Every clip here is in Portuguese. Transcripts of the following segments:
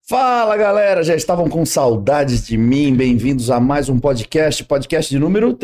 Fala galera, já estavam com saudades de mim? Bem-vindos a mais um podcast de número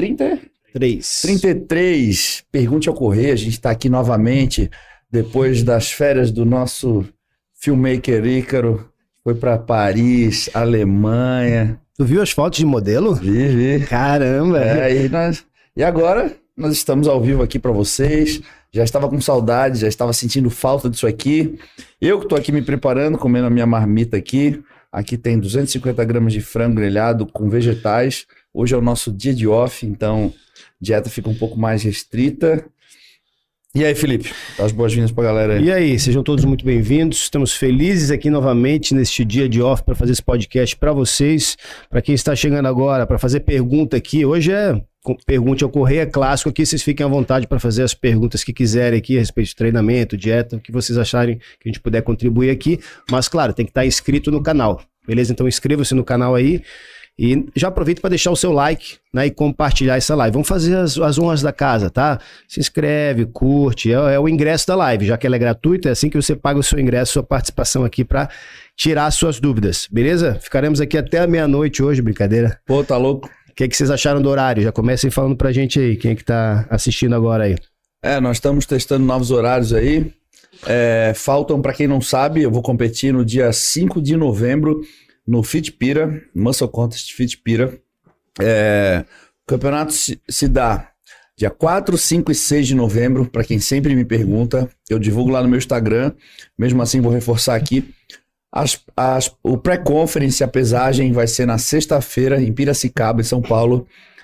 33. Pergunte ao Correia, a gente está aqui novamente depois das férias do nosso filmmaker Ícaro. Foi para Paris, Alemanha. Tu viu as fotos de modelo? Vi. Caramba! E agora nós estamos ao vivo aqui para vocês. Já estava com saudade, já estava sentindo falta disso aqui. Eu que estou aqui me preparando, comendo a minha marmita aqui. Aqui tem 250 gramas de frango grelhado com vegetais. Hoje é o nosso dia de off, então a dieta fica um pouco mais restrita. E aí, Felipe? Dá as boas-vindas pra galera aí. E aí, sejam todos muito bem-vindos. Estamos felizes aqui novamente neste dia de off para fazer esse podcast para vocês. Para quem está chegando agora, para fazer pergunta aqui. Hoje é Pergunte ao Correia clássico aqui. Vocês fiquem à vontade para fazer as perguntas que quiserem aqui a respeito de treinamento, dieta, o que vocês acharem que a gente puder contribuir aqui. Mas, claro, tem que estar inscrito no canal. Beleza? Então inscreva-se no canal aí. E já aproveita para deixar o seu like, né, e compartilhar essa live. Vamos fazer as honras da casa, tá? Se inscreve, curte, é o ingresso da live, já que ela é gratuita, é assim que você paga o seu ingresso, sua participação aqui para tirar suas dúvidas, beleza? Ficaremos aqui até a meia-noite hoje, brincadeira. Pô, tá louco? O que vocês acharam do horário? Já comecem falando pra gente aí, quem é que tá assistindo agora aí. Nós estamos testando novos horários aí. Faltam, para quem não sabe, eu vou competir no dia 5 de novembro, no Fitpira, Muscle Contest Fitpira. O campeonato se dá dia 4, 5 e 6 de novembro, para quem sempre me pergunta. Eu divulgo lá no meu Instagram, mesmo assim vou reforçar aqui. O pré-conference, a pesagem, vai ser na sexta-feira, em Piracicaba, em São Paulo.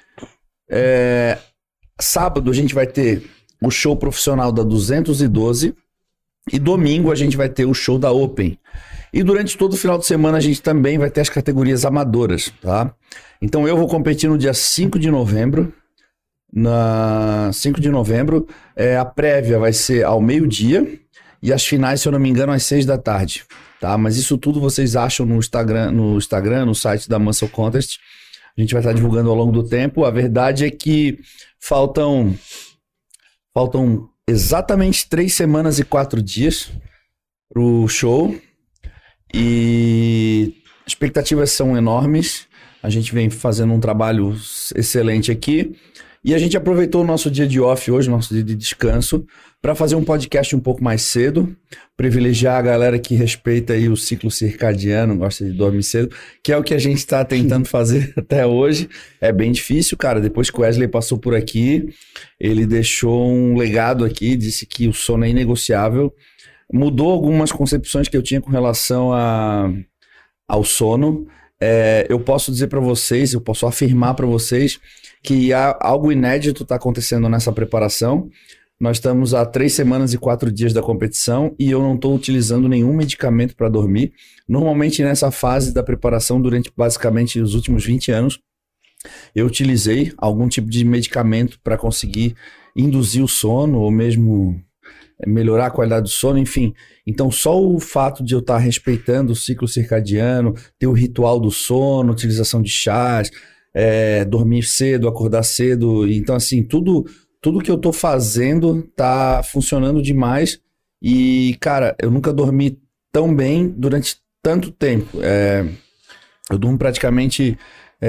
Sábado a gente vai ter o show profissional da 212 e domingo a gente vai ter o show da Open. E durante todo o final de semana a gente também vai ter as categorias amadoras, tá? Então eu vou competir no dia 5 de novembro. Na 5 de novembro, a prévia vai ser ao meio-dia e as finais, se eu não me engano, às 6 da tarde, tá? Mas isso tudo vocês acham no Instagram, no site da Muscle Contest. A gente vai estar divulgando ao longo do tempo. A verdade é que faltam exatamente 3 semanas e 4 dias pro show. E expectativas são enormes. A gente vem fazendo um trabalho excelente aqui. E a gente aproveitou o nosso dia de off hoje, nosso dia de descanso, para fazer um podcast um pouco mais cedo, privilegiar a galera que respeita aí o ciclo circadiano, gosta de dormir cedo, que é o que a gente está tentando fazer até hoje. É bem difícil, cara. Depois que o Wesley passou por aqui, ele deixou um legado aqui, disse que o sono é inegociável. Mudou algumas concepções que eu tinha com relação ao sono. Eu posso dizer para vocês, eu posso afirmar para vocês que algo inédito está acontecendo nessa preparação. Nós estamos há 3 semanas e 4 dias da competição e eu não estou utilizando nenhum medicamento para dormir. Normalmente nessa fase da preparação, durante basicamente os últimos 20 anos, eu utilizei algum tipo de medicamento para conseguir induzir o sono ou mesmo melhorar a qualidade do sono, enfim. Então só o fato de eu estar respeitando o ciclo circadiano, ter o ritual do sono, utilização de chás, dormir cedo, acordar cedo, então assim, tudo que eu tô fazendo tá funcionando demais e, cara, eu nunca dormi tão bem durante tanto tempo. Eu durmo praticamente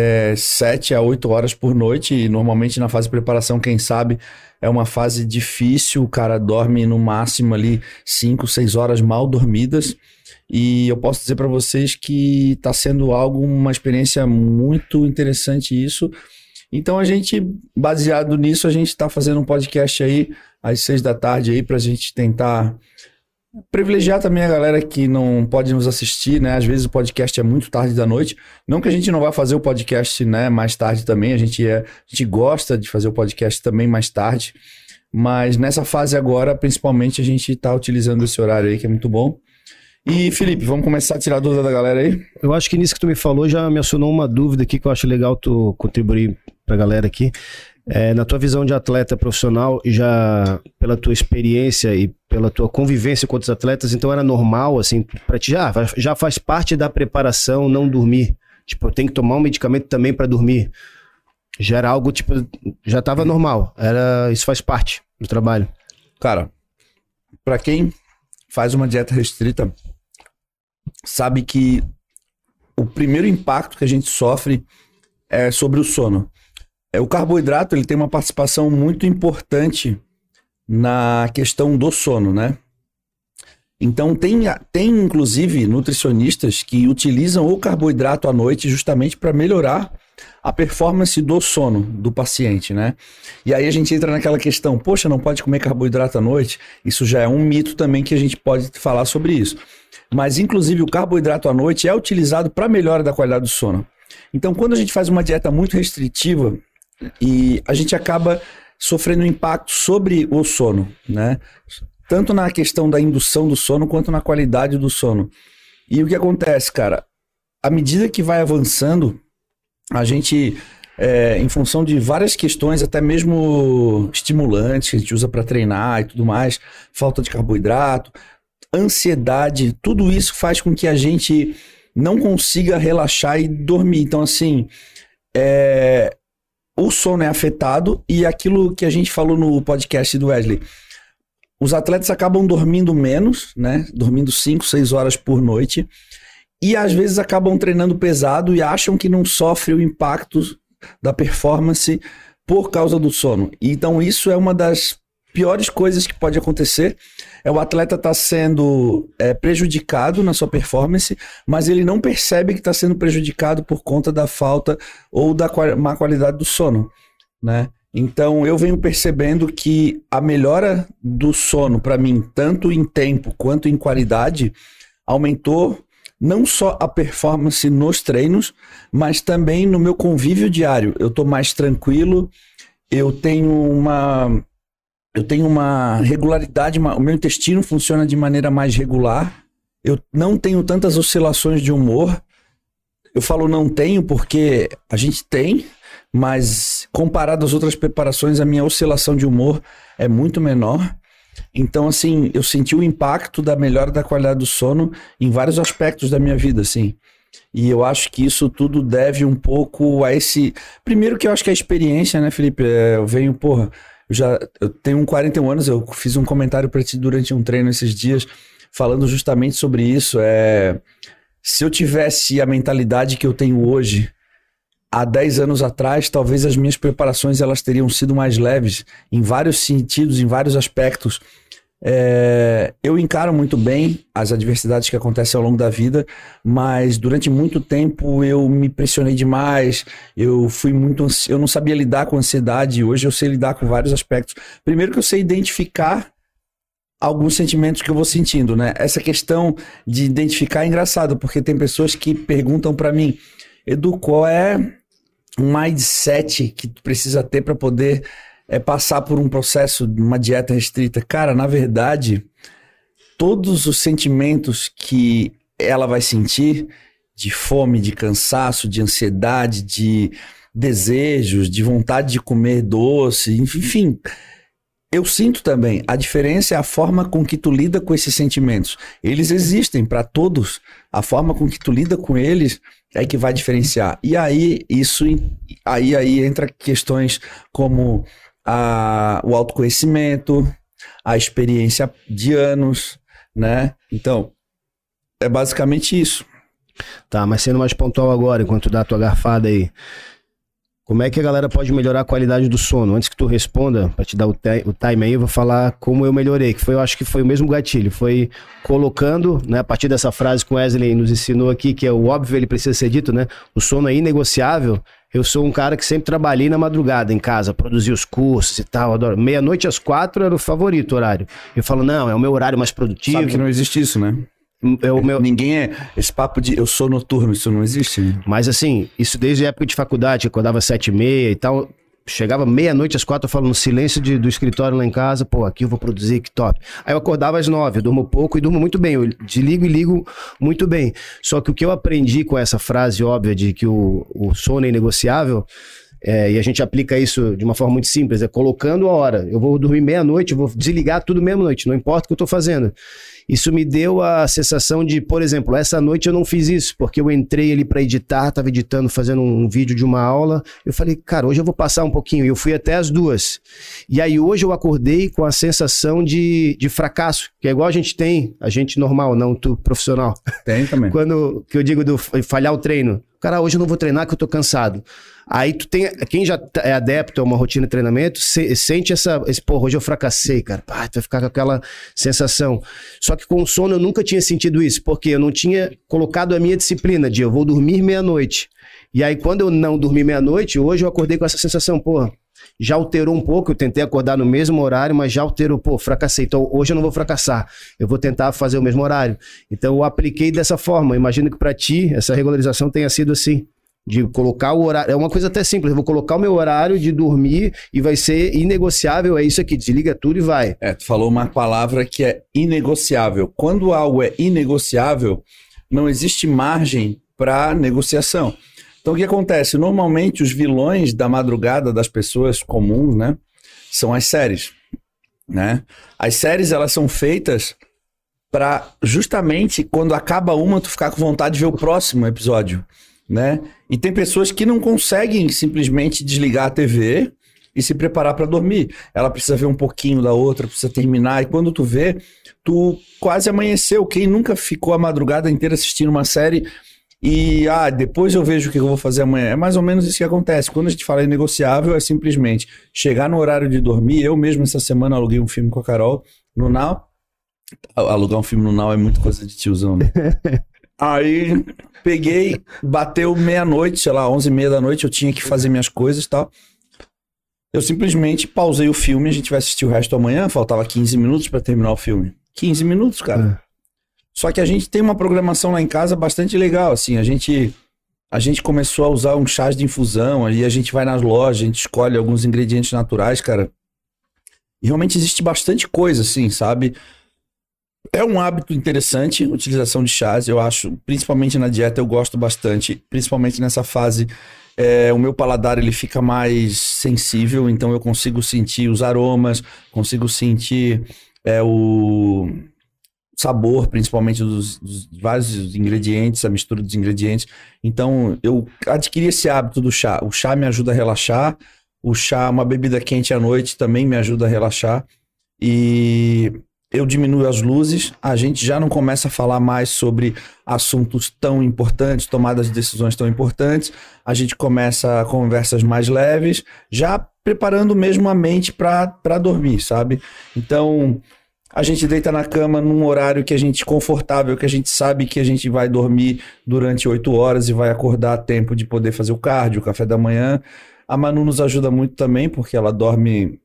7 a 8 horas por noite e normalmente na fase de preparação, quem sabe, é uma fase difícil, o cara dorme no máximo ali 5, 6 horas mal dormidas e eu posso dizer para vocês que está sendo uma experiência muito interessante isso. Então a gente, baseado nisso, a gente está fazendo um podcast aí às 6 da tarde aí pra gente tentar privilegiar também a galera que não pode nos assistir, né? Às vezes o podcast é muito tarde da noite. Não que a gente não vá fazer o podcast, né, mais tarde também. A gente gosta de fazer o podcast também mais tarde. Mas nessa fase agora, principalmente, a gente está utilizando esse horário aí, que é muito bom. E, Felipe, vamos começar a tirar a dúvida da galera aí? Eu acho que nisso que tu me falou já me acionou uma dúvida aqui que eu acho legal tu contribuir pra galera aqui. Na tua visão de atleta profissional, já pela tua experiência e pela tua convivência com outros atletas, então era normal, assim, pra ti, já faz parte da preparação não dormir? Tipo, eu tenho que tomar um medicamento também pra dormir? Já era algo, tipo, já tava normal, isso faz parte do trabalho? Cara, pra quem faz uma dieta restrita, sabe que o primeiro impacto que a gente sofre é sobre o sono. O carboidrato, ele tem uma participação muito importante na questão do sono, né? Então, tem inclusive nutricionistas que utilizam o carboidrato à noite justamente para melhorar a performance do sono do paciente, né? E aí a gente entra naquela questão, poxa, não pode comer carboidrato à noite? Isso já é um mito também que a gente pode falar sobre isso. Mas, inclusive, o carboidrato à noite é utilizado para melhora da qualidade do sono. Então, quando a gente faz uma dieta muito restritiva, e a gente acaba sofrendo impacto sobre o sono, né? Tanto na questão da indução do sono, quanto na qualidade do sono. E o que acontece, cara? À medida que vai avançando, a gente, em função de várias questões, até mesmo estimulantes que a gente usa para treinar e tudo mais, falta de carboidrato, ansiedade, tudo isso faz com que a gente não consiga relaxar e dormir. Então, assim, o sono é afetado e aquilo que a gente falou no podcast do Wesley, os atletas acabam dormindo menos, né? Dormindo 5, 6 horas por noite e às vezes acabam treinando pesado e acham que não sofre o impacto da performance por causa do sono. Então isso é uma das piores coisas que pode acontecer. O atleta está sendo prejudicado na sua performance, mas ele não percebe que está sendo prejudicado por conta da falta ou da má qualidade do sono, né? Então, eu venho percebendo que a melhora do sono, para mim, tanto em tempo quanto em qualidade, aumentou não só a performance nos treinos, mas também no meu convívio diário. Eu estou mais tranquilo, eu tenho uma regularidade, o meu intestino funciona de maneira mais regular, eu não tenho tantas oscilações de humor. Eu falo não tenho porque a gente tem, mas comparado às outras preparações, a minha oscilação de humor é muito menor. Então, assim, eu senti o impacto da melhora da qualidade do sono em vários aspectos da minha vida, assim. E eu acho que isso tudo deve um pouco a esse... Primeiro que eu acho que é a experiência, né, Felipe? Eu venho, eu tenho 41 anos, eu fiz um comentário para ti durante um treino esses dias, falando justamente sobre isso. Se eu tivesse a mentalidade que eu tenho hoje, há 10 anos atrás, talvez as minhas preparações elas teriam sido mais leves, em vários sentidos, em vários aspectos. Eu encaro muito bem as adversidades que acontecem ao longo da vida, mas durante muito tempo eu me pressionei demais, eu não sabia lidar com ansiedade, hoje eu sei lidar com vários aspectos. Primeiro que eu sei identificar alguns sentimentos que eu vou sentindo, né? Essa questão de identificar é engraçado, porque tem pessoas que perguntam para mim, Edu, qual é um mindset que tu precisa ter para poder passar por um processo de uma dieta restrita? Cara, na verdade, todos os sentimentos que ela vai sentir, de fome, de cansaço, de ansiedade, de desejos, de vontade de comer doce, enfim, eu sinto também. A diferença é a forma com que tu lida com esses sentimentos. Eles existem para todos. A forma com que tu lida com eles é que vai diferenciar. E aí, aí entra questões como o autoconhecimento, a experiência de anos, né? Então, é basicamente isso. Tá, mas sendo mais pontual agora, enquanto dá a tua garfada aí, como é que a galera pode melhorar a qualidade do sono? Antes que tu responda, para te dar o time aí, eu vou falar como eu melhorei, que eu acho que foi o mesmo gatilho, foi colocando, né, a partir dessa frase que o Wesley nos ensinou aqui, que é o óbvio, ele precisa ser dito, né? O sono é inegociável. Eu sou um cara que sempre trabalhei na madrugada em casa, produzi os cursos e tal, adoro. 12:00 às 4 era o favorito horário. Eu falo, não, é o meu horário mais produtivo. Sabe que não existe isso, né? Ninguém esse papo de eu sou noturno, isso não existe, né? Mas assim, isso desde a época de faculdade, eu acordava 7:30 e tal, chegava 12:00 às 4, eu falo no silêncio do escritório lá em casa, pô, aqui eu vou produzir, que top. Aí eu acordava às 9, eu durmo pouco e durmo muito bem, eu desligo e ligo muito bem. Só que o que eu aprendi com essa frase óbvia de que o sono é inegociável, E a gente aplica isso de uma forma muito simples, colocando a hora. Eu vou dormir meia-noite, eu vou desligar tudo meia-noite, não importa o que eu estou fazendo. Isso me deu a sensação de, por exemplo, essa noite eu não fiz isso, porque eu entrei ali para editar, estava editando, fazendo um vídeo de uma aula. Eu falei, cara, hoje eu vou passar um pouquinho. E eu fui até as 2. E aí hoje eu acordei com a sensação de fracasso, que é igual a gente normal, não tu profissional. Tem também. Quando que eu digo do falhar o treino. Cara, hoje eu não vou treinar que eu tô cansado. Aí quem já é adepto a uma rotina de treinamento, sente porra, hoje eu fracassei, cara. Tu vai ficar com aquela sensação. Só que com o sono eu nunca tinha sentido isso, porque eu não tinha colocado a minha disciplina de eu vou dormir meia-noite. E aí quando eu não dormi meia-noite, hoje eu acordei com essa sensação, porra, já alterou um pouco, eu tentei acordar no mesmo horário, mas já alterou, fracassei. Então hoje eu não vou fracassar, eu vou tentar fazer o mesmo horário. Então eu apliquei dessa forma. Eu imagino que para ti essa regularização tenha sido assim. De colocar o horário, é uma coisa até simples, eu vou colocar o meu horário de dormir e vai ser inegociável, é isso aqui, desliga tudo e vai. Tu falou uma palavra que é inegociável. Quando algo é inegociável, não existe margem para negociação. Então o que acontece? Normalmente os vilões da madrugada das pessoas comuns, né, são as séries, né? As séries, elas são feitas para justamente quando acaba uma, tu ficar com vontade de ver o próximo episódio, né? E tem pessoas que não conseguem simplesmente desligar a TV e se preparar para dormir. Ela precisa ver um pouquinho da outra, precisa terminar. E quando tu vê, tu quase amanheceu. Quem nunca ficou a madrugada inteira assistindo uma série e depois eu vejo o que eu vou fazer amanhã. É mais ou menos isso que acontece. Quando a gente fala inegociável, é simplesmente chegar no horário de dormir. Eu mesmo essa semana aluguei um filme com a Carol no Now. Alugar um filme no Now é muito coisa de tiozão, né? Aí peguei, bateu meia-noite, sei lá, 11h30 da noite, eu tinha que fazer minhas coisas e tal. Eu simplesmente pausei o filme, a gente vai assistir o resto amanhã, faltava 15 minutos pra terminar o filme. 15 minutos, cara. Só que a gente tem uma programação lá em casa bastante legal, assim, a gente começou a usar uns chás de infusão, aí a gente vai nas lojas, a gente escolhe alguns ingredientes naturais, cara. E realmente existe bastante coisa, assim, sabe? É um hábito interessante, a utilização de chás, eu acho, principalmente na dieta eu gosto bastante, principalmente nessa fase, o meu paladar ele fica mais sensível, então eu consigo sentir os aromas, consigo sentir o sabor, principalmente dos vários ingredientes, a mistura dos ingredientes, então eu adquiri esse hábito do chá, o chá me ajuda a relaxar, o chá, uma bebida quente à noite também me ajuda a relaxar, e eu diminuo as luzes, a gente já não começa a falar mais sobre assuntos tão importantes, tomadas de decisões tão importantes, a gente começa conversas mais leves, já preparando mesmo a mente para dormir, sabe? Então, a gente deita na cama num horário que a gente confortável, que a gente sabe que a gente vai dormir durante 8 horas e vai acordar a tempo de poder fazer o cardio, o café da manhã. A Manu nos ajuda muito também, porque ela dorme...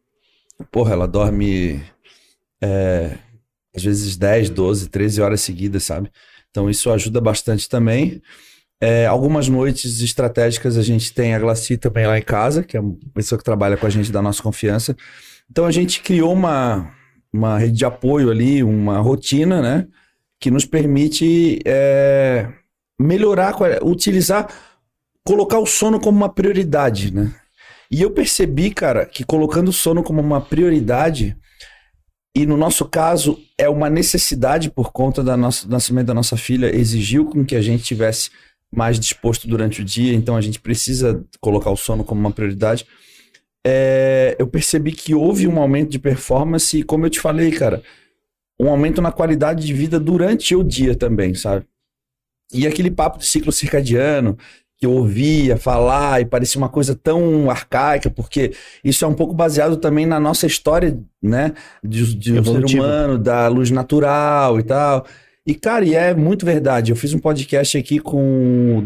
às vezes 10, 12, 13 horas seguidas, sabe? Então isso ajuda bastante também. Algumas noites estratégicas a gente tem a Glaci também lá em casa, que é uma pessoa que trabalha com a gente da nossa confiança. Então a gente criou uma rede de apoio ali, uma rotina, né? Que nos permite melhorar, colocar o sono como uma prioridade, né? E eu percebi, cara, que colocando o sono como uma prioridade... E no nosso caso, é uma necessidade por conta do nascimento da nossa filha, exigiu com que a gente tivesse mais disposto durante o dia, então a gente precisa colocar o sono como uma prioridade. Eu percebi que houve um aumento de performance e, como eu te falei, cara, um aumento na qualidade de vida durante o dia também, sabe? E aquele papo de ciclo circadiano, que eu ouvia falar e parecia uma coisa tão arcaica, porque isso é um pouco baseado também na nossa história, né? De um ser humano, da luz natural e tal. E, cara, e é muito verdade. Eu fiz um podcast aqui com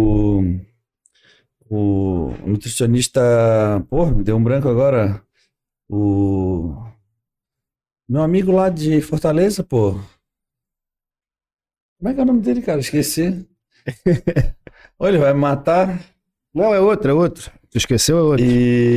o nutricionista... Pô, me deu um branco agora. O meu amigo lá de Fortaleza, pô. Como é que é o nome dele, cara? Esqueci. Olha, ele vai me matar. Não, é outro. Tu esqueceu, é outro.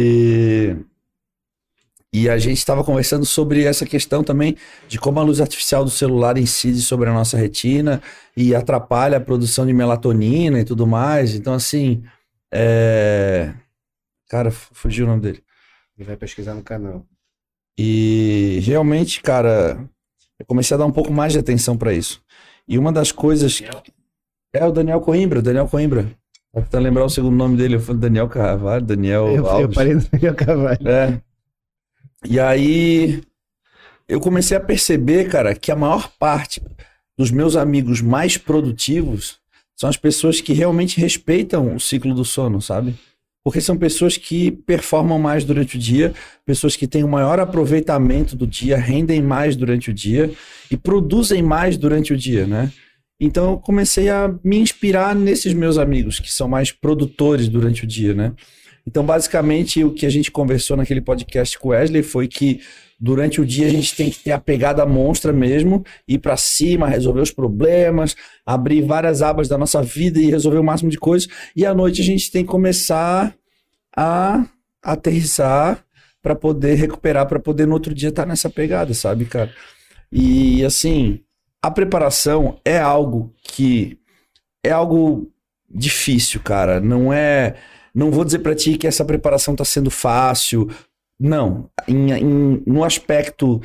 E a gente estava conversando sobre essa questão também de como a luz artificial do celular incide sobre a nossa retina e atrapalha a produção de melatonina e tudo mais. Então, assim, Cara, fugiu o nome dele. Ele vai pesquisar no canal. E realmente, cara, eu comecei a dar um pouco mais de atenção pra isso. E uma das coisas... É o Daniel Coimbra. Tô tentando lembrar o segundo nome dele. Eu falei Daniel Carvalho, Daniel Alves. Eu parei no Daniel Carvalho. É. E aí, eu comecei a perceber, cara, que a maior parte dos meus amigos mais produtivos são as pessoas que realmente respeitam o ciclo do sono, sabe? Porque são pessoas que performam mais durante o dia, pessoas que têm o maior aproveitamento do dia, rendem mais durante o dia e produzem mais durante o dia, né? Então eu comecei a me inspirar nesses meus amigos, que são mais produtores durante o dia, né? Então, basicamente, o que a gente conversou naquele podcast com o Wesley foi que durante o dia a gente tem que ter a pegada monstra mesmo, ir para cima, resolver os problemas, abrir várias abas da nossa vida e resolver o máximo de coisas. E à noite a gente tem que começar a aterrissar para poder recuperar, para poder no outro dia estar nessa pegada, sabe, cara? E assim, a preparação é algo difícil, cara. Não vou dizer para ti que essa preparação está sendo fácil. Não. No aspecto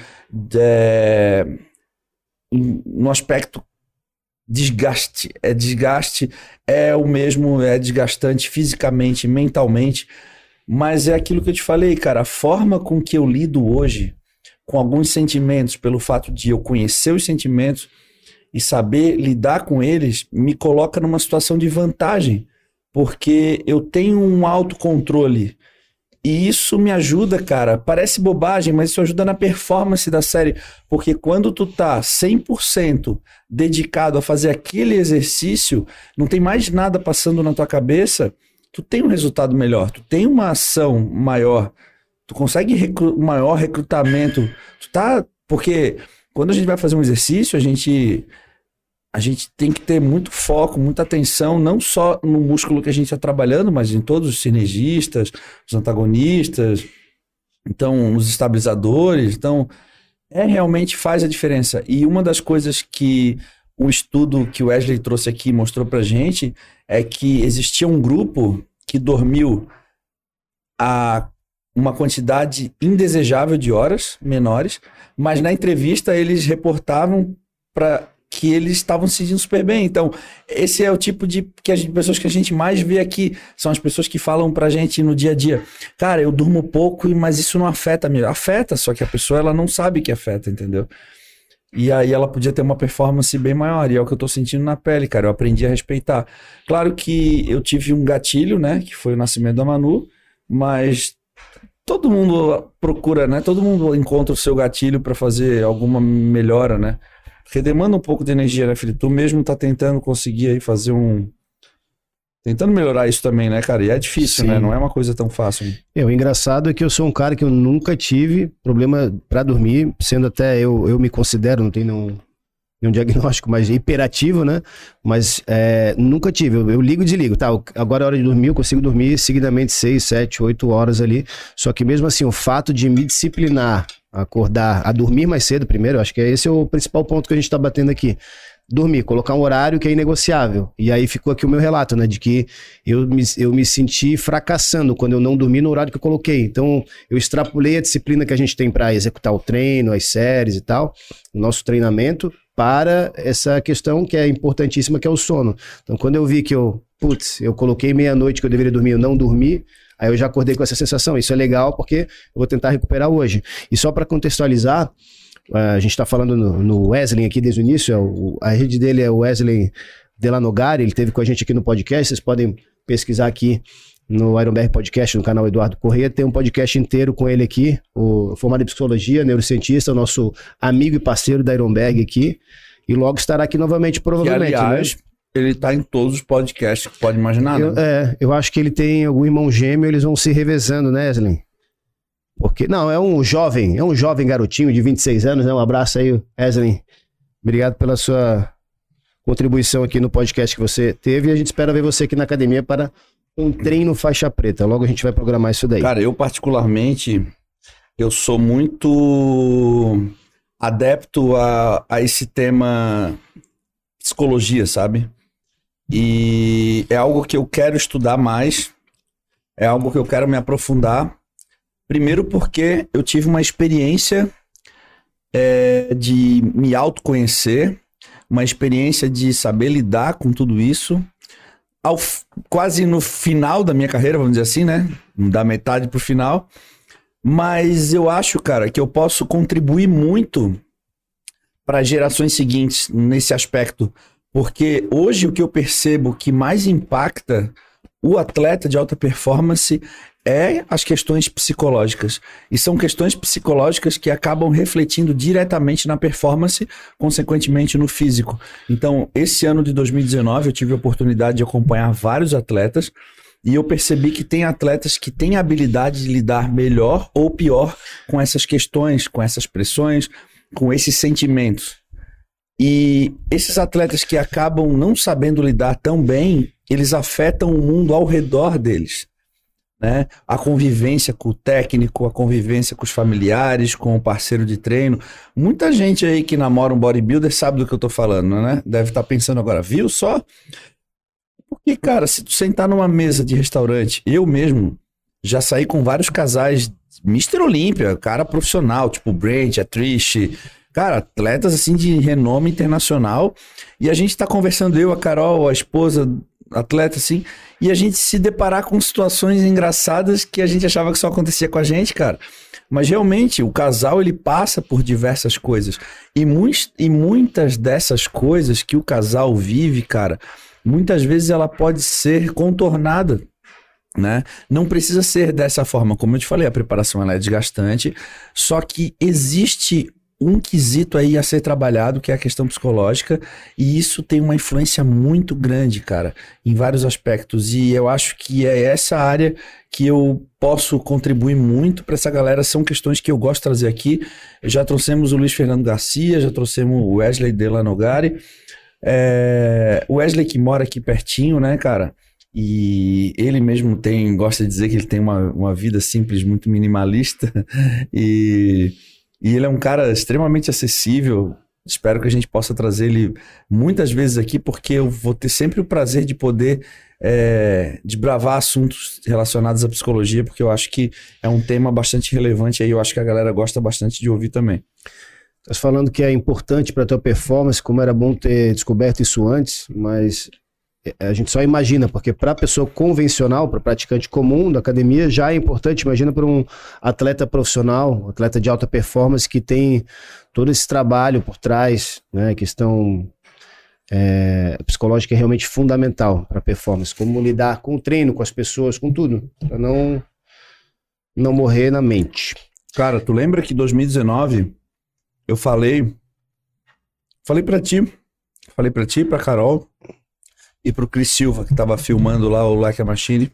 no aspecto desgaste. Desgaste é o mesmo, é desgastante fisicamente, mentalmente. Mas é aquilo que eu te falei, cara. A forma com que eu lido hoje com alguns sentimentos, pelo fato de eu conhecer os sentimentos e saber lidar com eles, me coloca numa situação de vantagem. Porque eu tenho um autocontrole e isso me ajuda, cara. Parece bobagem, mas isso ajuda na performance da série. Porque quando tu tá 100% dedicado a fazer aquele exercício, não tem mais nada passando na tua cabeça, tu tem um resultado melhor, tu tem uma ação maior, tu consegue maior recrutamento. Porque quando a gente vai fazer um exercício, a gente tem que ter muito foco, muita atenção, não só no músculo que a gente está trabalhando, mas em todos os sinergistas, os antagonistas, então os estabilizadores. Então, realmente faz a diferença. E uma das coisas que o estudo que o Wesley trouxe aqui mostrou pra gente é que existia um grupo que dormiu a uma quantidade indesejável de horas menores, mas na entrevista eles reportavam que eles estavam se sentindo super bem. Então, esse é o tipo de pessoas que a gente mais vê aqui. São as pessoas que falam pra gente no dia a dia. Cara, eu durmo pouco, mas isso não afeta mesmo. Afeta, só que a pessoa ela não sabe que afeta, entendeu? E aí ela podia ter uma performance bem maior. E é o que eu tô sentindo na pele, cara. Eu aprendi a respeitar. Claro que eu tive um gatilho, né? Que foi o nascimento da Manu. Mas todo mundo procura, né? Todo mundo encontra o seu gatilho pra fazer alguma melhora, né? Porque demanda um pouco de energia, né, Felipe? Tu mesmo tá tentando conseguir aí fazer tentando melhorar isso também, né, cara? E é difícil, né? Não é uma coisa tão fácil. O engraçado é que eu sou um cara que eu nunca tive problema pra dormir, sendo até eu me considero, não tenho nenhum diagnóstico, mas hiperativo, né? Mas nunca tive. Eu ligo e desligo, tá? Agora é hora de dormir, eu consigo dormir seguidamente 6, 7, 8 horas ali. Só que mesmo assim, o fato de me disciplinar, acordar, a dormir mais cedo primeiro, acho que esse é o principal ponto que a gente tá batendo aqui. Dormir, colocar um horário que é inegociável. E aí ficou aqui o meu relato, né? De que eu me senti fracassando quando eu não dormi no horário que eu coloquei. Então, eu extrapolei a disciplina que a gente tem para executar o treino, as séries e tal, o nosso treinamento, para essa questão que é importantíssima, que é o sono. Então, quando eu vi que eu coloquei meia-noite que eu deveria dormir, eu não dormi, aí eu já acordei com essa sensação. Isso é legal porque eu vou tentar recuperar hoje. E só para contextualizar, a gente está falando no Wesley aqui desde o início, a rede dele é o Wesley Delanogari, ele esteve com a gente aqui no podcast, vocês podem pesquisar aqui no Ironberg Podcast, no canal Eduardo Corrêa, tem um podcast inteiro com ele aqui, formado em psicologia, neurocientista, nosso amigo e parceiro da Ironberg aqui, e logo estará aqui novamente, provavelmente. E, aliás, né? Ele tá em todos os podcasts que pode imaginar, né? Eu acho que ele tem algum irmão gêmeo, eles vão se revezando, né, Wesley? Porque, não, é um jovem garotinho de 26 anos, né? Um abraço aí, Wesley. Obrigado pela sua contribuição aqui no podcast que você teve, e a gente espera ver você aqui na academia para um treino faixa preta. Logo a gente vai programar isso daí. Cara, eu particularmente, eu sou muito adepto a esse tema psicologia, sabe? E é algo que eu quero estudar mais. é algo que eu quero me aprofundar. Primeiro porque eu tive uma experiência de me autoconhecer, uma experiência de saber lidar com tudo isso, quase no final da minha carreira, vamos dizer assim, né? Da metade pro final. Mas eu acho, cara, que eu posso contribuir muito para as gerações seguintes nesse aspecto. Porque hoje o que eu percebo que mais impacta o atleta de alta performance é as questões psicológicas. E são questões psicológicas que acabam refletindo diretamente na performance, consequentemente no físico. Então, esse ano de 2019, eu tive a oportunidade de acompanhar vários atletas e eu percebi que tem atletas que têm a habilidade de lidar melhor ou pior com essas questões, com essas pressões, com esses sentimentos. E esses atletas que acabam não sabendo lidar tão bem, eles afetam o mundo ao redor deles, né? A convivência com o técnico, a convivência com os familiares, com o parceiro de treino. Muita gente aí que namora um bodybuilder sabe do que eu tô falando, né? Deve estar pensando agora, viu só? Porque, cara, se tu sentar numa mesa de restaurante, eu mesmo já saí com vários casais, Mr. Olímpia, cara profissional, tipo o Brent, a Trish, cara, atletas assim de renome internacional, e a gente tá conversando, eu, a Carol, a esposa, atleta assim, e a gente se deparar com situações engraçadas que a gente achava que só acontecia com a gente, cara. Mas realmente o casal ele passa por diversas coisas, e muitas dessas coisas que o casal vive, cara, muitas vezes ela pode ser contornada, né? Não precisa ser dessa forma, como eu te falei, a preparação ela é desgastante, só que existe um quesito aí a ser trabalhado, que é a questão psicológica, e isso tem uma influência muito grande, cara, em vários aspectos, e eu acho que é essa área que eu posso contribuir muito para essa galera. São questões que eu gosto de trazer aqui. Já trouxemos o Luiz Fernando Garcia, já trouxemos o Wesley Delanogari, o Wesley que mora aqui pertinho, né, cara? E ele mesmo gosta de dizer que ele tem uma vida simples, muito minimalista, e ele é um cara extremamente acessível. Espero que a gente possa trazer ele muitas vezes aqui, porque eu vou ter sempre o prazer de poder desbravar assuntos relacionados à psicologia, porque eu acho que é um tema bastante relevante, aí eu acho que a galera gosta bastante de ouvir também. Estás falando que é importante para a tua performance, como era bom ter descoberto isso antes, mas a gente só imagina, porque para a pessoa convencional, para praticante comum da academia, já é importante. Imagina para um atleta profissional, um atleta de alta performance que tem todo esse trabalho por trás, né? A questão psicológica é realmente fundamental para a performance. Como lidar com o treino, com as pessoas, com tudo, para não morrer na mente. Cara, tu lembra que em 2019 eu falei para ti, pra Carol e pro Cris Silva, que tava filmando lá o Like a Machine,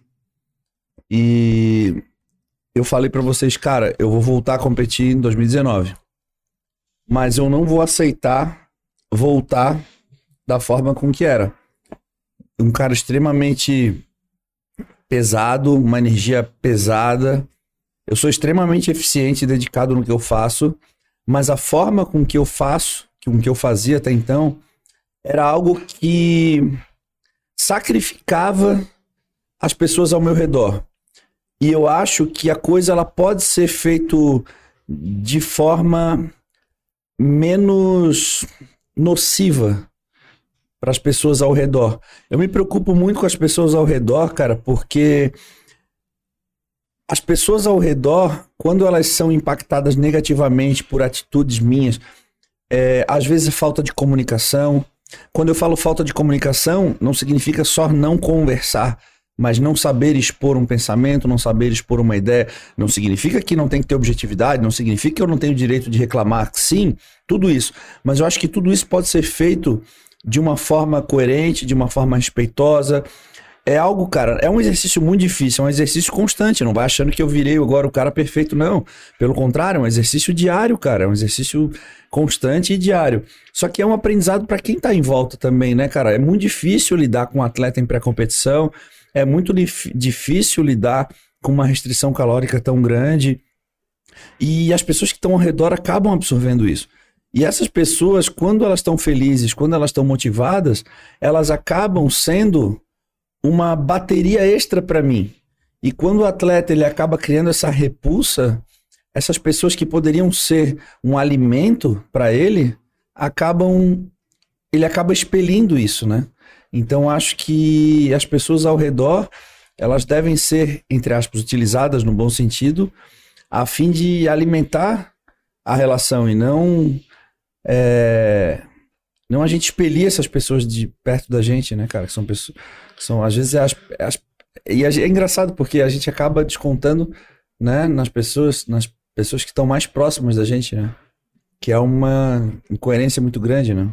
e eu falei pra vocês, cara, eu vou voltar a competir em 2019, mas eu não vou aceitar voltar da forma com que era. Um cara extremamente pesado, uma energia pesada, eu sou extremamente eficiente e dedicado no que eu faço, mas a forma com que eu faço, com que eu fazia até então, era algo que sacrificava as pessoas ao meu redor. E eu acho que a coisa ela pode ser feita de forma menos nociva para as pessoas ao redor. Eu me preocupo muito com as pessoas ao redor, cara, porque as pessoas ao redor, quando elas são impactadas negativamente por atitudes minhas, às vezes é falta de comunicação. Quando eu falo falta de comunicação, não significa só não conversar, mas não saber expor um pensamento, não saber expor uma ideia. Não significa que não tem que ter objetividade, não significa que eu não tenho o direito de reclamar. Sim, tudo isso. Mas eu acho que tudo isso pode ser feito de uma forma coerente, de uma forma respeitosa. É algo, cara, é um exercício muito difícil, é um exercício constante. Não vai achando que eu virei agora o cara perfeito, não. Pelo contrário, é um exercício diário, cara. É um exercício constante e diário. Só que é um aprendizado para quem tá em volta também, né, cara? É muito difícil lidar com um atleta em pré-competição. É muito difícil lidar com uma restrição calórica tão grande. E as pessoas que estão ao redor acabam absorvendo isso. E essas pessoas, quando elas estão felizes, quando elas estão motivadas, elas acabam sendo uma bateria extra para mim. E quando o atleta ele acaba criando essa repulsa, essas pessoas que poderiam ser um alimento para ele, ele acaba expelindo isso, né? Então acho que as pessoas ao redor, elas devem ser, entre aspas, utilizadas no bom sentido, a fim de alimentar a relação e não a gente expelir essas pessoas de perto da gente, né, cara? Que são pessoas, às vezes e é engraçado porque a gente acaba descontando, né, nas pessoas que estão mais próximas da gente, né? Que é uma incoerência muito grande, né?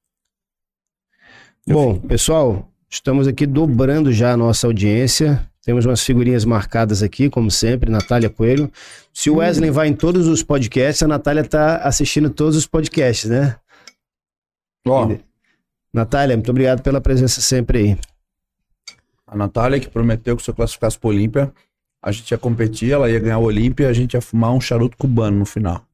Bom, pessoal, estamos aqui dobrando já a nossa audiência. Temos umas figurinhas marcadas aqui, como sempre, Natália Coelho. Se o Wesley vai em todos os podcasts, a Natália está assistindo todos os podcasts, né? Natália, muito obrigado pela presença sempre aí. A Natália que prometeu que se eu classificasse para o Olímpia, a gente ia competir, ela ia ganhar o Olímpia e a gente ia fumar um charuto cubano no final.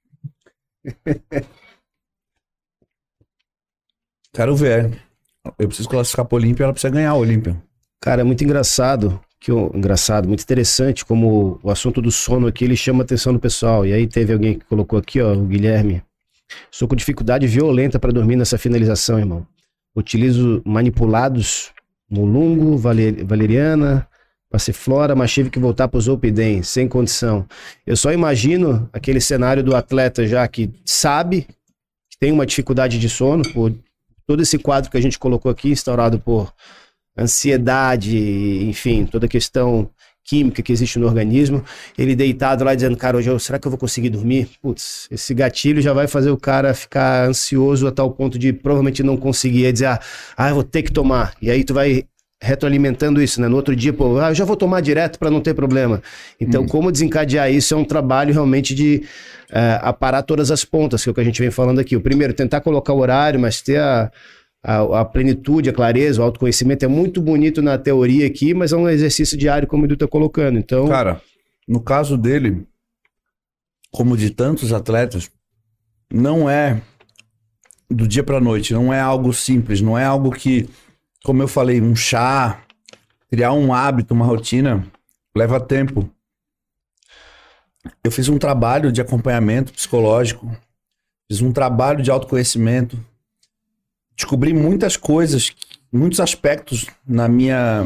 Quero ver. Eu preciso classificar para o Olímpia, ela precisa ganhar o Olímpia. Cara, é muito engraçado, muito interessante como o assunto do sono aqui, ele chama a atenção do pessoal. E aí teve alguém que colocou aqui, ó, o Guilherme. Estou com dificuldade violenta para dormir nessa finalização, irmão. Utilizo manipulados, mulungo, valeriana, passiflora, mas tive que voltar para o Zolpidem, sem condição. Eu só imagino aquele cenário do atleta já que sabe que tem uma dificuldade de sono, por todo esse quadro que a gente colocou aqui, instaurado por ansiedade, enfim, toda a questão química que existe no organismo, ele deitado lá dizendo, cara, hoje será que eu vou conseguir dormir? Putz, esse gatilho já vai fazer o cara ficar ansioso a tal ponto de provavelmente não conseguir, dizer, eu vou ter que tomar, e aí tu vai retroalimentando isso, né? No outro dia, eu já vou tomar direto para não ter problema. Então, como desencadear isso é um trabalho realmente de aparar todas as pontas, que é o que a gente vem falando aqui. O primeiro, tentar colocar o horário, mas ter a plenitude, a clareza, o autoconhecimento é muito bonito na teoria aqui, mas é um exercício diário, como o Edu tá colocando. Então, cara, no caso dele, como de tantos atletas, não é do dia para noite, não é algo simples, não é algo que, como eu falei, um chá, criar um hábito, uma rotina, leva tempo. Eu fiz um trabalho de acompanhamento psicológico, fiz um trabalho de autoconhecimento, descobri muitas coisas, muitos aspectos na minha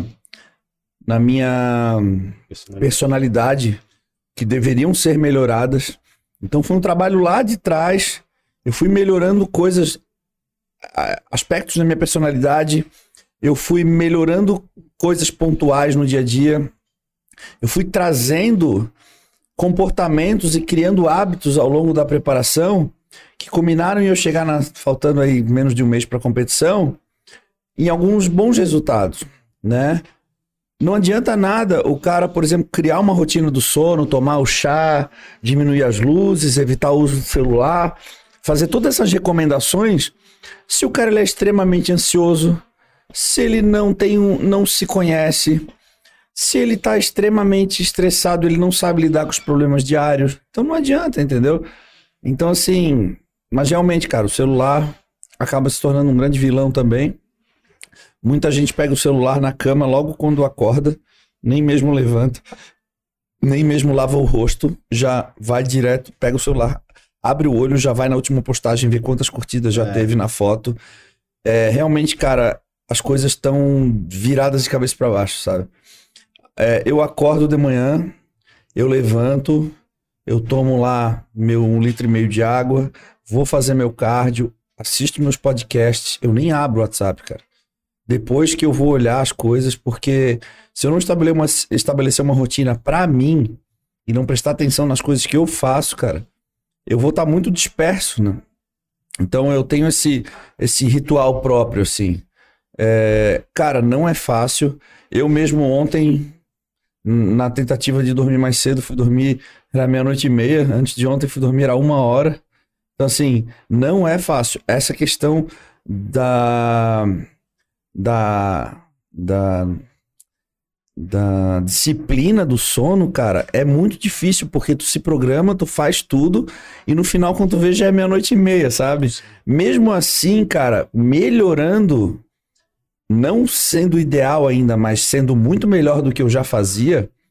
personalidade que deveriam ser melhoradas. Então foi um trabalho lá de trás, eu fui melhorando coisas, aspectos da minha personalidade, eu fui melhorando coisas pontuais no dia a dia, eu fui trazendo comportamentos e criando hábitos ao longo da preparação que culminaram em eu chegar faltando aí menos de um mês para a competição, em alguns bons resultados, né? Não adianta nada o cara, por exemplo, criar uma rotina do sono, tomar o chá, diminuir as luzes, evitar o uso do celular, fazer todas essas recomendações, se o cara ele é extremamente ansioso, se ele não se conhece, se ele está extremamente estressado, ele não sabe lidar com os problemas diários, então não adianta, entendeu? Então assim, mas realmente, cara, o celular acaba se tornando um grande vilão também. Muita gente pega o celular na cama logo quando acorda, nem mesmo levanta, nem mesmo lava o rosto, já vai direto, pega o celular, abre o olho, já vai na última postagem, vê quantas curtidas já teve na foto. Realmente, cara, as coisas estão viradas de cabeça para baixo, sabe? Eu acordo de manhã, eu levanto, eu tomo lá meu 1,5 litro de água, vou fazer meu cardio, assisto meus podcasts, eu nem abro o WhatsApp, cara. Depois que eu vou olhar as coisas, porque se eu não estabelecer uma rotina pra mim e não prestar atenção nas coisas que eu faço, cara, eu vou estar muito disperso, né? Então eu tenho esse ritual próprio, assim. Cara, não é fácil. Eu mesmo ontem, na tentativa de dormir mais cedo, fui dormir, era 00:30, antes de ontem fui dormir a 1h. Então assim, não é fácil. Essa questão da disciplina do sono, cara, é muito difícil, porque tu se programa, tu faz tudo, e no final, quando tu vê, já é 00:30, sabe? Mesmo assim, cara, melhorando, não sendo ideal ainda, mas sendo muito melhor do que eu já fazia,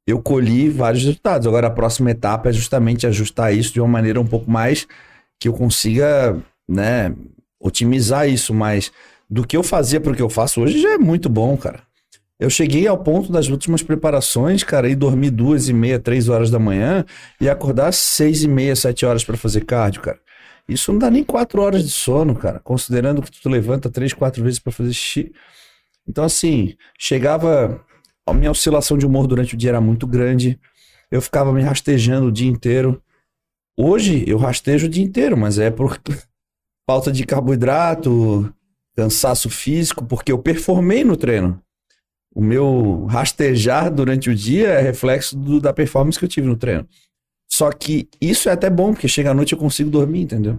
eu colhi vários resultados. Agora a próxima etapa é justamente ajustar isso de uma maneira um pouco mais que eu consiga, né, otimizar isso, mas do que eu fazia para o que eu faço hoje já é muito bom, cara. Eu cheguei ao ponto das últimas preparações, cara, e dormir 2h30, 3 horas da manhã e acordar às 6h30, 7 horas para fazer cardio, cara. Isso não dá nem 4 horas de sono, cara, considerando que tu levanta 3, 4 vezes para fazer xixi. Então, assim, chegava... A minha oscilação de humor durante o dia era muito grande. Eu ficava me rastejando o dia inteiro. Hoje, eu rastejo o dia inteiro, mas é por falta de carboidrato, cansaço físico, porque eu performei no treino. O meu rastejar durante o dia é reflexo da performance que eu tive no treino. Só que isso é até bom, porque chega à noite eu consigo dormir, entendeu?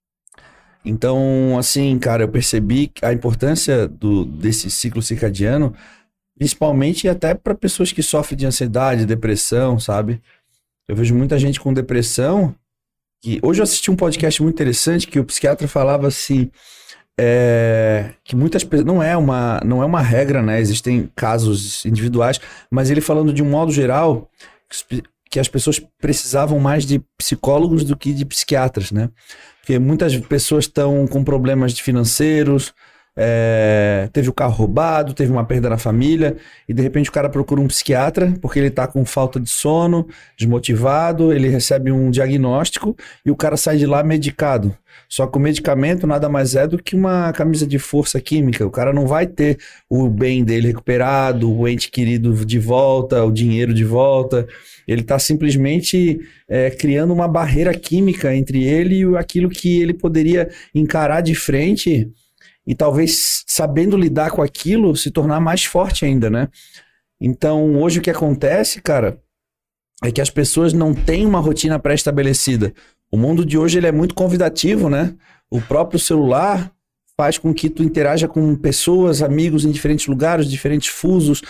Então, assim, cara, eu percebi a importância desse ciclo circadiano, principalmente até para pessoas que sofrem de ansiedade, depressão, sabe? Eu vejo muita gente com depressão. Hoje eu assisti um podcast muito interessante que o psiquiatra falava assim, que muitas pessoas... Não é uma regra, né? Existem casos individuais, mas ele falando de um modo geral que as pessoas precisavam mais de psicólogos do que de psiquiatras, né? Porque muitas pessoas estão com problemas financeiros, teve o carro roubado, teve uma perda na família, e de repente o cara procura um psiquiatra porque ele tá com falta de sono, desmotivado, ele recebe um diagnóstico e o cara sai de lá medicado. Só que o medicamento nada mais é do que uma camisa de força química. O cara não vai ter o bem dele recuperado, o ente querido de volta, o dinheiro de volta. Ele está simplesmente criando uma barreira química entre ele e aquilo que ele poderia encarar de frente e talvez, sabendo lidar com aquilo, se tornar mais forte ainda, né? Então, hoje o que acontece, cara, é que as pessoas não têm uma rotina pré-estabelecida. O mundo de hoje ele é muito convidativo, né? O próprio celular faz com que tu interaja com pessoas, amigos em diferentes lugares, diferentes fusos,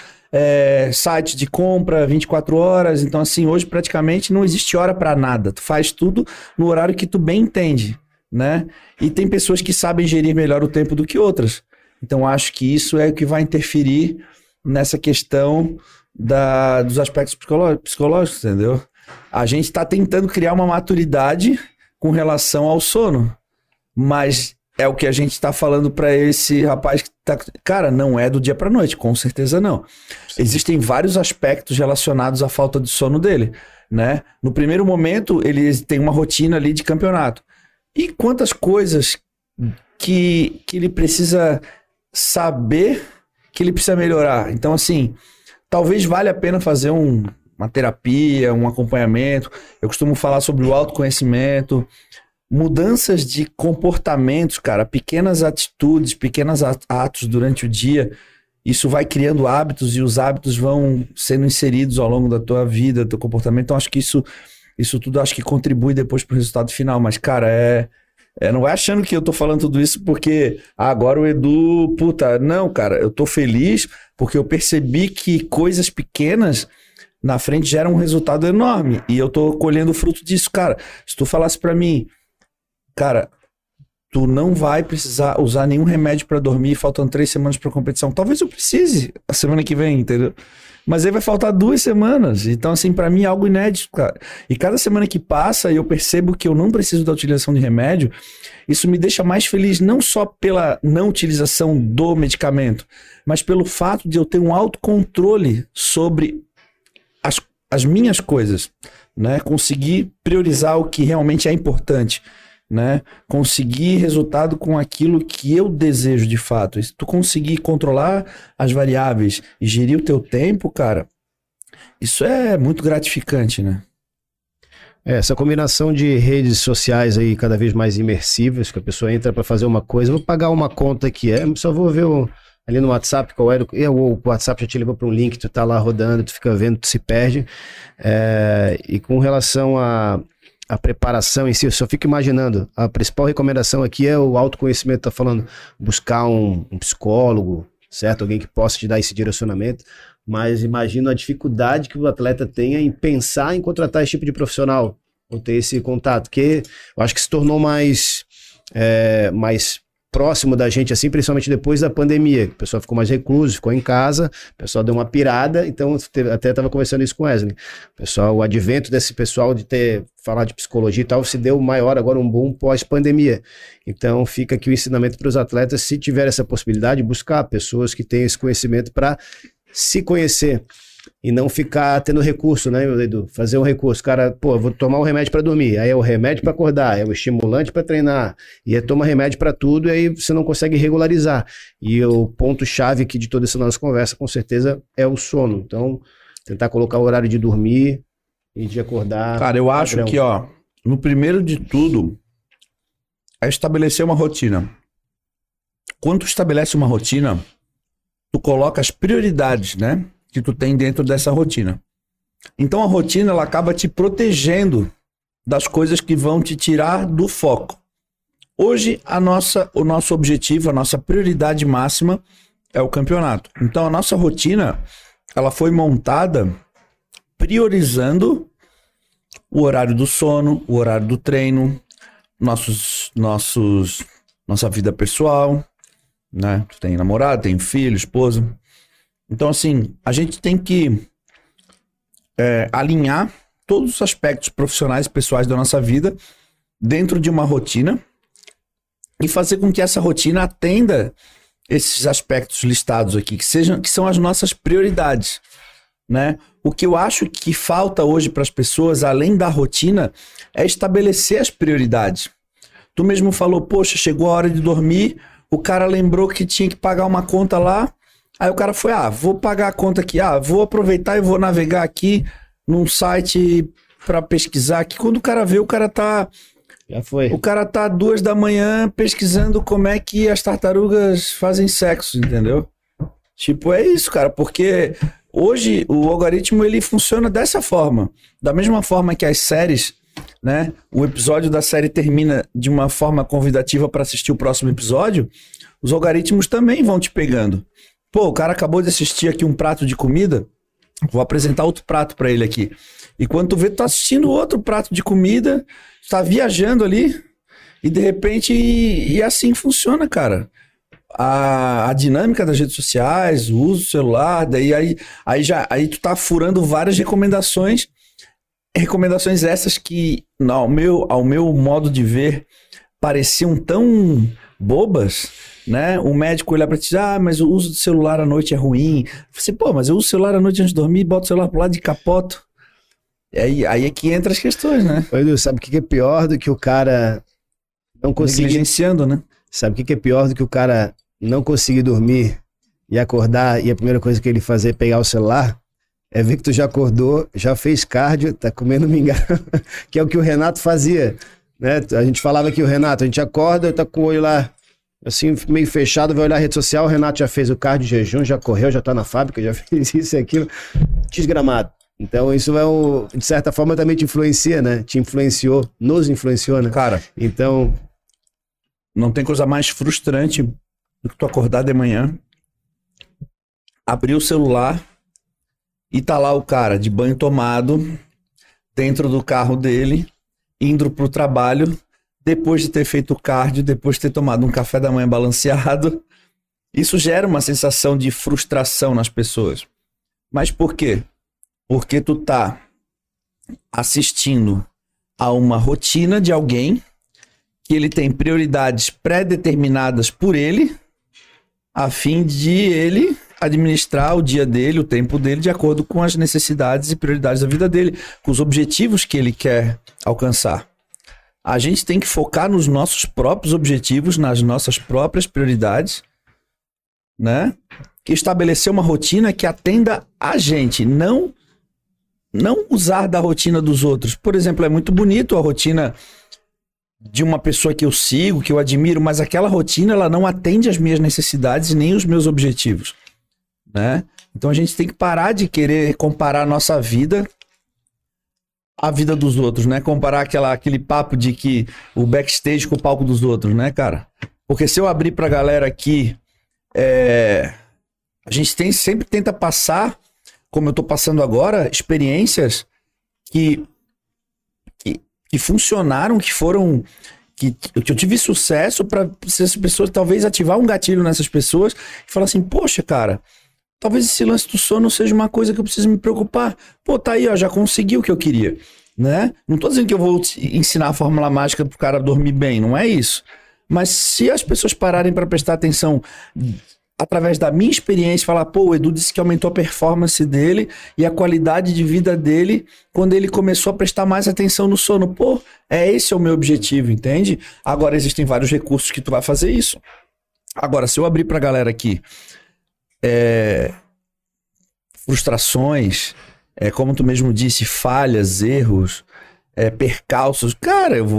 sites de compra 24 horas. Então, assim, hoje praticamente não existe hora para nada. Tu faz tudo no horário que tu bem entende, né? E tem pessoas que sabem gerir melhor o tempo do que outras. Então, acho que isso é o que vai interferir nessa questão dos aspectos psicológicos, entendeu? A gente está tentando criar uma maturidade com relação ao sono, mas é o que a gente está falando para esse rapaz que tá... Cara, não é do dia para noite, com certeza não. Sim. Existem vários aspectos relacionados à falta de sono dele, né? No primeiro momento, ele tem uma rotina ali de campeonato. E quantas coisas que ele precisa saber que ele precisa melhorar. Então, assim, talvez valha a pena fazer uma terapia, um acompanhamento. Eu costumo falar sobre o autoconhecimento, mudanças de comportamentos, cara, pequenas atitudes, pequenos atos durante o dia. Isso vai criando hábitos e os hábitos vão sendo inseridos ao longo da tua vida, do teu comportamento. Então, acho que isso tudo acho que contribui depois pro resultado final. Mas, cara, não é achando que eu tô falando tudo isso porque agora o Edu, não, cara, eu tô feliz porque eu percebi que coisas pequenas na frente geram um resultado enorme e eu tô colhendo o fruto disso, cara. Se tu falasse pra mim, cara, tu não vai precisar usar nenhum remédio pra dormir faltando 3 semanas pra competição. Talvez eu precise a semana que vem, entendeu? Mas aí vai faltar 2 semanas. Então, assim, pra mim é algo inédito, cara. E cada semana que passa, eu percebo que eu não preciso da utilização de remédio. Isso me deixa mais feliz, não só pela não utilização do medicamento, mas pelo fato de eu ter um autocontrole sobre as minhas coisas, né? Conseguir priorizar o que realmente é importante, né? Conseguir resultado com aquilo que eu desejo de fato. E se tu conseguir controlar as variáveis e gerir o teu tempo, cara, isso é muito gratificante, né? Essa combinação de redes sociais aí cada vez mais imersivas, que a pessoa entra para fazer uma coisa, vou pagar uma conta aqui, só vou ver ali no WhatsApp qual era, o WhatsApp já te levou para um link, tu tá lá rodando, tu fica vendo, tu se perde. E com relação a preparação em si, eu só fico imaginando, a principal recomendação aqui é o autoconhecimento, tá falando, buscar um psicólogo, certo? Alguém que possa te dar esse direcionamento, mas imagino a dificuldade que o atleta tenha em pensar em contratar esse tipo de profissional, ou ter esse contato, que eu acho que se tornou mais próximo da gente, assim, principalmente depois da pandemia. O pessoal ficou mais recluso, ficou em casa, o pessoal deu uma pirada, então até estava conversando isso com o Wesley. O advento desse pessoal de falar de psicologia e tal, se deu maior agora, um boom pós-pandemia. Então fica aqui o ensinamento para os atletas, se tiver essa possibilidade, buscar pessoas que tenham esse conhecimento para se conhecer. E não ficar tendo recurso, né, Edu? Fazer um recurso. Cara, pô, eu vou tomar um remédio para dormir. Aí é o remédio para acordar, é o estimulante para treinar. E toma remédio para tudo e aí você não consegue regularizar. E o ponto-chave aqui de toda essa nossa conversa, com certeza, é o sono. Então, tentar colocar o horário de dormir e de acordar. Cara, eu acho que, ó, no primeiro de tudo, é estabelecer uma rotina. Quando tu estabelece uma rotina, tu coloca as prioridades, né? Que tu tem dentro dessa rotina. Então a rotina, ela acaba te protegendo das coisas que vão te tirar do foco. Hoje o nosso objetivo, a nossa prioridade máxima é o campeonato. Então a nossa rotina, ela foi montada priorizando o horário do sono, o horário do treino, nossa vida pessoal, né? Tu tem namorado, tem filho, esposa. Então, assim, a gente tem que alinhar todos os aspectos profissionais e pessoais da nossa vida dentro de uma rotina e fazer com que essa rotina atenda esses aspectos listados aqui, que são as nossas prioridades, né? O que eu acho que falta hoje para as pessoas, além da rotina, é estabelecer as prioridades. Tu mesmo falou, poxa, chegou a hora de dormir, o cara lembrou que tinha que pagar uma conta lá. Aí o cara foi, vou pagar a conta aqui, vou aproveitar e vou navegar aqui num site para pesquisar aqui. Quando o cara vê, o cara tá... Já foi. O cara tá 2 da manhã pesquisando como é que as tartarugas fazem sexo, entendeu? Tipo, é isso, cara, porque hoje o algoritmo, ele funciona dessa forma. Da mesma forma que as séries, né? O episódio da série termina de uma forma convidativa para assistir o próximo episódio, os algoritmos também vão te pegando. Pô, o cara acabou de assistir aqui um prato de comida, vou apresentar outro prato pra ele aqui. E quando tu vê, tu tá assistindo outro prato de comida, tu tá viajando ali, e de repente, e assim funciona, cara. A dinâmica das redes sociais, o uso do celular, daí aí tu tá furando várias recomendações essas que, ao meu modo de ver, pareciam tão bobas, né? O médico olhar pra ti, mas o uso do celular à noite é ruim. Você, mas eu uso o celular à noite antes de dormir, boto o celular pro lado de capoto. Aí é que entra as questões, né? Ô, Edu, sabe o que é pior do que o cara não conseguir... Negligenciando, né? Sabe o que é pior do que o cara não conseguir dormir e acordar e a primeira coisa que ele fazer é pegar o celular? É ver que tu já acordou, já fez cardio, tá comendo mingau, que é o que o Renato fazia, né? A gente falava que o Renato, a gente acorda, tá com o olho lá assim, meio fechado, vai olhar a rede social, o Renato já fez o cardio de jejum, já correu, já tá na fábrica, já fez isso e aquilo, desgramado. Então isso de certa forma também te influencia, né? Te influenciou, nos influenciou, né? Cara, então não tem coisa mais frustrante do que tu acordar de manhã, abrir o celular e tá lá o cara de banho tomado, dentro do carro dele, indo pro trabalho, depois de ter feito cardio, depois de ter tomado um café da manhã balanceado. Isso gera uma sensação de frustração nas pessoas. Mas por quê? Porque tu tá assistindo a uma rotina de alguém que ele tem prioridades pré-determinadas por ele, a fim de ele administrar o dia dele, o tempo dele, de acordo com as necessidades e prioridades da vida dele, com os objetivos que ele quer alcançar. A gente tem que focar nos nossos próprios objetivos, nas nossas próprias prioridades, né? E estabelecer uma rotina que atenda a gente, não usar da rotina dos outros. Por exemplo, é muito bonito a rotina de uma pessoa que eu sigo, que eu admiro, mas aquela rotina, ela não atende às minhas necessidades e nem os meus objetivos, né? Então a gente tem que parar de querer comparar a nossa vida à vida dos outros, né? Comparar aquele papo de que o backstage com o palco dos outros, né, cara? Porque se eu abrir pra galera aqui, a gente sempre tenta passar, como eu tô passando agora, experiências que funcionaram, que eu tive sucesso para essas pessoas, talvez ativar um gatilho nessas pessoas e falar assim, poxa, cara, talvez esse lance do sono seja uma coisa que eu preciso me preocupar. Pô, tá aí, ó, já consegui o que eu queria, né? Não tô dizendo que eu vou ensinar a fórmula mágica pro cara dormir bem, não é isso. Mas se as pessoas pararem para prestar atenção através da minha experiência, falar, pô, o Edu disse que aumentou a performance dele e a qualidade de vida dele quando ele começou a prestar mais atenção no sono. Pô, esse é o meu objetivo, entende? Agora, existem vários recursos que tu vai fazer isso. Agora, se eu abrir pra galera aqui, frustrações, como tu mesmo disse, falhas, erros, percalços, cara, eu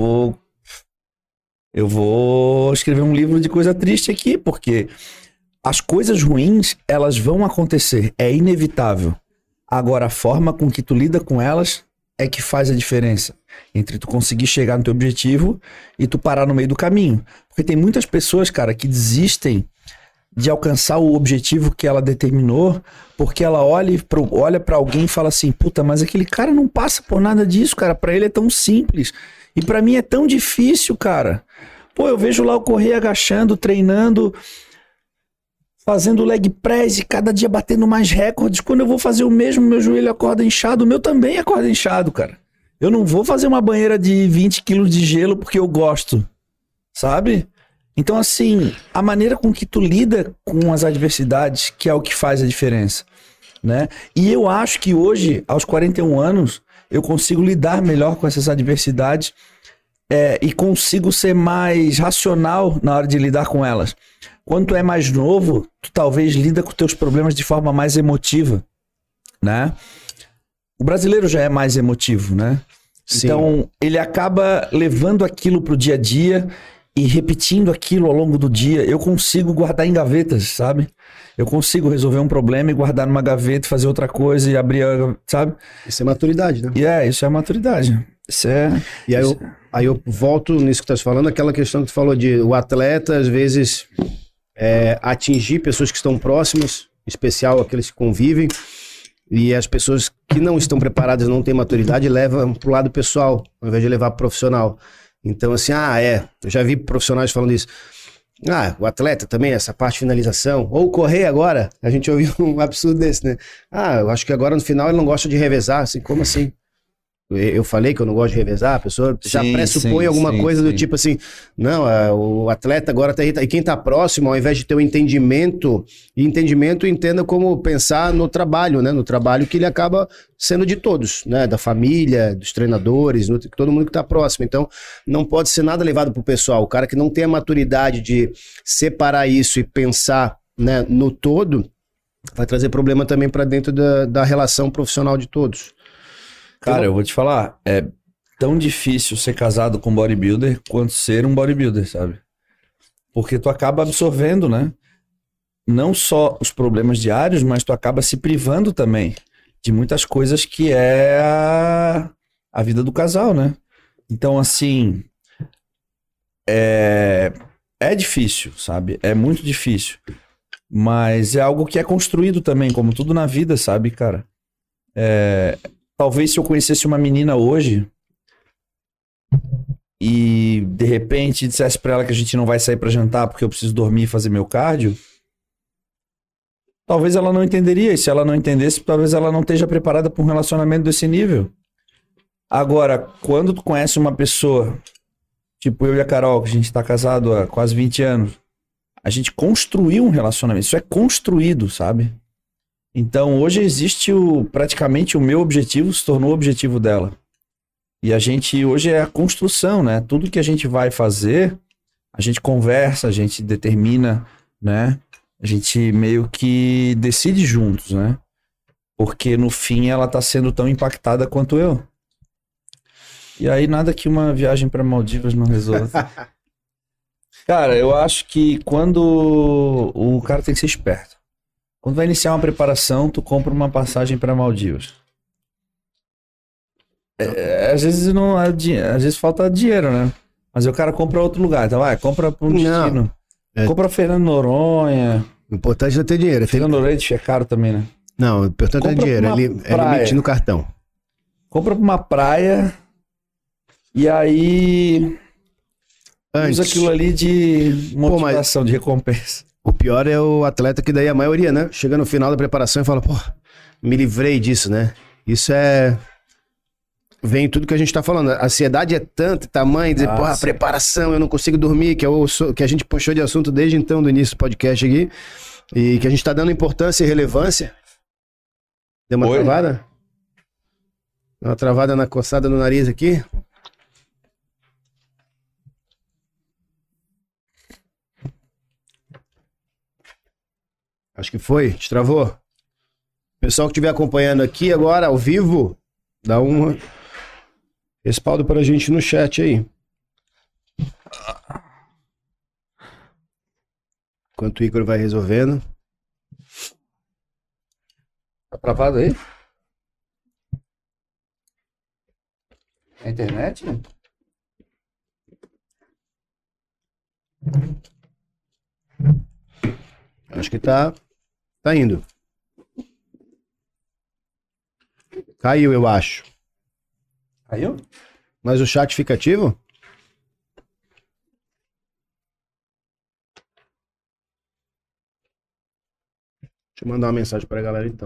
vou escrever um livro de coisa triste aqui, porque as coisas ruins, elas vão acontecer, é inevitável. Agora, a forma com que tu lida com elas é que faz a diferença entre tu conseguir chegar no teu objetivo e tu parar no meio do caminho. Porque tem muitas pessoas, cara, que desistem de alcançar o objetivo que ela determinou, porque ela olha pra alguém e fala assim, puta, mas aquele cara não passa por nada disso, cara, pra ele é tão simples. E pra mim é tão difícil, cara. Pô, eu vejo lá o Correia agachando, treinando, fazendo leg press e cada dia batendo mais recordes. Quando eu vou fazer o mesmo, meu joelho acorda inchado, o meu também acorda inchado, cara. Eu não vou fazer uma banheira de 20 quilos de gelo porque eu gosto, sabe? Então, assim, a maneira com que tu lida com as adversidades que é o que faz a diferença, né? E eu acho que hoje, aos 41 anos, eu consigo lidar melhor com essas adversidades e consigo ser mais racional na hora de lidar com elas. Quando tu é mais novo, tu talvez lida com teus problemas de forma mais emotiva, né? O brasileiro já é mais emotivo, né? Sim. Então, ele acaba levando aquilo pro dia a dia e repetindo aquilo ao longo do dia. Eu consigo guardar em gavetas, sabe? Eu consigo resolver um problema e guardar numa gaveta, fazer outra coisa e abrir, sabe? Isso é maturidade, né? Isso é maturidade. Isso é... E aí eu volto nisso que tu estás falando, aquela questão que tu falou de o atleta, às vezes, atingir pessoas que estão próximas, em especial aqueles que convivem, e as pessoas que não estão preparadas, não têm maturidade, levam pro lado pessoal, ao invés de levar pro profissional. Então, assim, eu já vi profissionais falando isso. O atleta também, essa parte de finalização. Ou correr agora, a gente ouviu um absurdo desse, né? Eu acho que agora no final ele não gosta de revezar. Assim, como assim? Eu falei que eu não gosto de revezar, a pessoa já pressupõe alguma coisa do tipo assim, não, o atleta agora tá irritado. E quem tá próximo, ao invés de ter um entendimento, entenda como pensar no trabalho, né? No trabalho que ele acaba sendo de todos, né? Da família, dos treinadores, todo mundo que tá próximo. Então, não pode ser nada levado pro pessoal. O cara que não tem a maturidade de separar isso e pensar, né, no todo, vai trazer problema também para dentro da relação profissional de todos. Cara, eu vou te falar, é tão difícil ser casado com bodybuilder quanto ser um bodybuilder, sabe? Porque tu acaba absorvendo, né? Não só os problemas diários, mas tu acaba se privando também de muitas coisas que é a vida do casal, né? Então, assim, é difícil, sabe? É muito difícil. Mas é algo que é construído também, como tudo na vida, sabe, cara? Talvez se eu conhecesse uma menina hoje e de repente dissesse pra ela que a gente não vai sair pra jantar porque eu preciso dormir e fazer meu cardio, talvez ela não entenderia. E se ela não entendesse, talvez ela não esteja preparada para um relacionamento desse nível. Agora, quando tu conhece uma pessoa, tipo eu e a Carol, que a gente tá casado há quase 20 anos, a gente construiu um relacionamento. Isso é construído, sabe? Então, hoje existe praticamente o meu objetivo se tornou o objetivo dela. E a gente, hoje é a construção, né? Tudo que a gente vai fazer, a gente conversa, a gente determina, né? A gente meio que decide juntos, né? Porque no fim ela tá sendo tão impactada quanto eu. E aí nada que uma viagem para Maldivas não resolva. Cara, eu acho que quando o cara tem que ser esperto. Quando vai iniciar uma preparação, tu compra uma passagem para Maldivas. Às vezes falta dinheiro, né? Mas o cara compra outro lugar. Então compra para um destino. Compra Fernando Noronha. O importante é ter dinheiro. Fernando Noronha é caro também, né? Não, o importante é dinheiro. É limite no cartão. Compra para uma praia e aí antes. Usa aquilo ali de motivação, de recompensa. O pior é o atleta que daí a maioria, né? Chega no final da preparação e fala, pô, me livrei disso, né? Isso é... Vem tudo que a gente tá falando. A ansiedade é tanto, tamanho, dizer, pô, a preparação, eu não consigo dormir, que a gente puxou de assunto desde então, do início do podcast aqui, e que a gente tá dando importância e relevância. Deu uma travada? Deu uma travada na coçada no nariz aqui. Acho que foi, destravou. Pessoal que estiver acompanhando aqui agora, ao vivo, dá um respaldo pra gente no chat aí. Enquanto o Igor vai resolvendo. Tá travado aí? A internet? Acho que tá indo. Caiu, eu acho. Caiu? Mas o chat fica ativo? Deixa eu mandar uma mensagem pra galera então.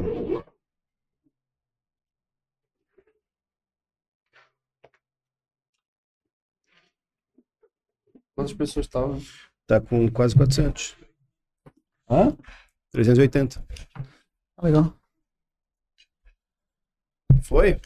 Quantas pessoas estavam? Tá com quase 400. Hã? 380. Legal. Foi?